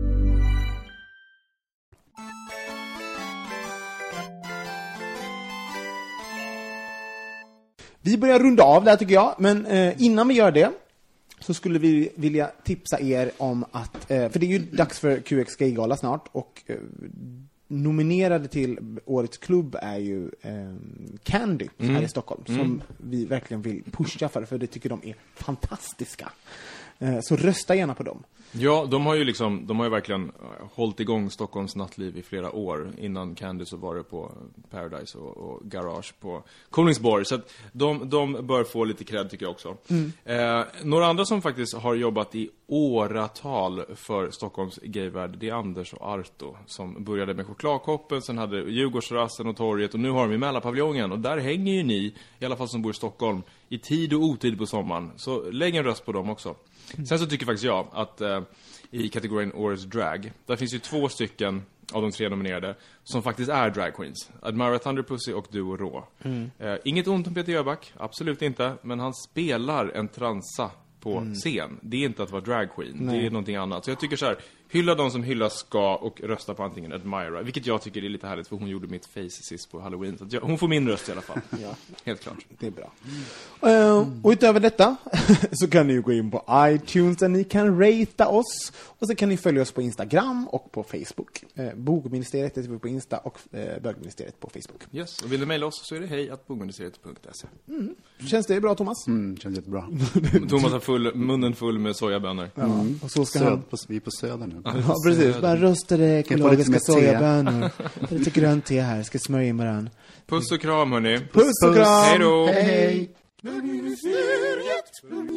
Vi börjar runda av där tycker jag, men innan vi gör det så skulle vi vilja tipsa er om att, för det är ju dags för QX Gay-gala snart, och nominerade till årets klubb är ju Candy här i Stockholm, som vi verkligen vill pusha för det tycker de är fantastiska. Så rösta gärna på dem. Ja, de har ju verkligen hållit igång Stockholms nattliv i flera år. Innan Candy så var det på Paradise och Garage på Kolingsborg. Så att de bör få lite cred tycker jag också. Några andra som faktiskt har jobbat i åratal för Stockholms gayvärld, det är Anders och Arto, som började med chokladkoppen, sen hade Djurgårdsrassen och torget, och nu har de i Mälarpaviljongen, och där hänger ju ni, i alla fall som bor i Stockholm, i tid och otid på sommaren. Så lägg en röst på dem också. Sen så tycker faktiskt jag att i kategorin Årets Drag, där finns ju 2 stycken av de 3 nominerade som faktiskt är drag queens. Admira Thunderpussy och Duo Rå. Inget ont om Peter Jöback, absolut inte, men han spelar en transa på scen. Det är inte att vara drag queen, det är någonting annat. Så jag tycker så här, hylla de som hyllas ska och rösta på antingen Admira, vilket jag tycker är lite härligt, för hon gjorde mitt face sist på Halloween. Så hon får min röst i alla fall. Ja. Helt klart. Det är bra. Och utöver detta så kan ni ju gå in på iTunes där ni kan ratea oss. Och så kan ni följa oss på Instagram och på Facebook. Bogministeriet heter vi på Insta och Bögministeriet på Facebook. Yes, och vill du mejla oss så är det hej@bogministeriet.se. Känns det bra, Thomas? Känns jättebra. Thomas har munnen full med sojabönor. Och så ska vi är på Söder nu. Ja, precis. Bara röstade ekologiska sojabönor. Lite grönt te här. Ska smörja in varann. Puss och kram, hörni. Puss och kram. Hej då. Hej. Bögministeriet.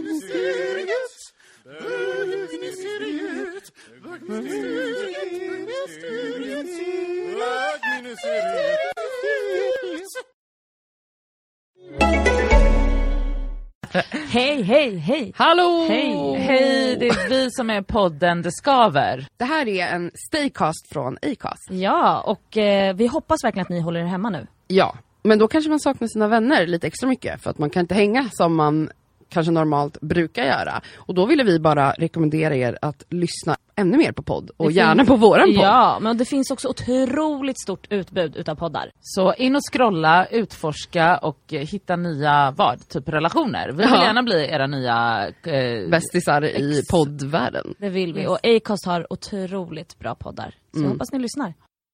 Hej. Hallå! Hej, det är vi som är podden Det Skaver. Det här är en Staycast från Acast. Ja, och vi hoppas verkligen att ni håller er hemma nu. Ja, men då kanske man saknar sina vänner lite extra mycket, för att man kan inte hänga som man kanske normalt brukar göra. Och då ville vi bara rekommendera er att lyssna ännu mer på podd. Och gärna på våran podd. Ja, men det finns också otroligt stort utbud utav poddar. Så in och scrolla, utforska och hitta nya typ relationer. Vi vill gärna bli era nya bästisar i poddvärlden. Det vill vi. Och Acast har otroligt bra poddar. Så jag hoppas ni lyssnar.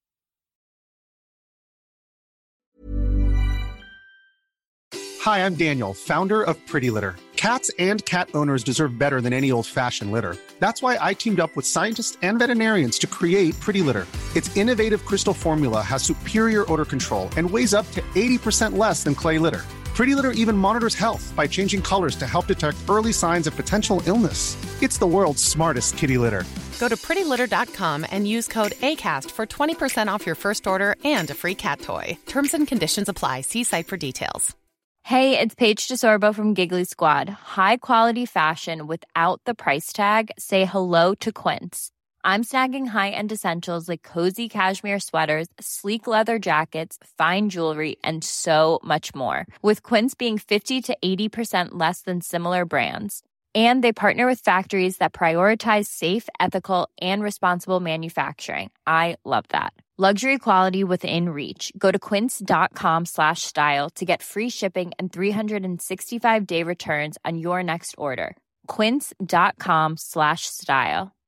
Hi, I'm Daniel, founder of Pretty Litter. Cats and cat owners deserve better than any old-fashioned litter. That's why I teamed up with scientists and veterinarians to create Pretty Litter. Its innovative crystal formula has superior odor control and weighs up to 80% less than clay litter. Pretty Litter even monitors health by changing colors to help detect early signs of potential illness. It's the world's smartest kitty litter. Go to prettylitter.com and use code ACAST for 20% off your first order and a free cat toy. Terms and conditions apply. See site for details. Hey, it's Paige DeSorbo from Giggly Squad. High quality fashion without the price tag. Say hello to Quince. I'm snagging high-end essentials like cozy cashmere sweaters, sleek leather jackets, fine jewelry, and so much more. With Quince being 50 to 80% less than similar brands. And they partner with factories that prioritize safe, ethical, and responsible manufacturing. I love that. Luxury quality within reach. Go to quince.com/style to get free shipping and 365-day returns on your next order. Quince.com/style.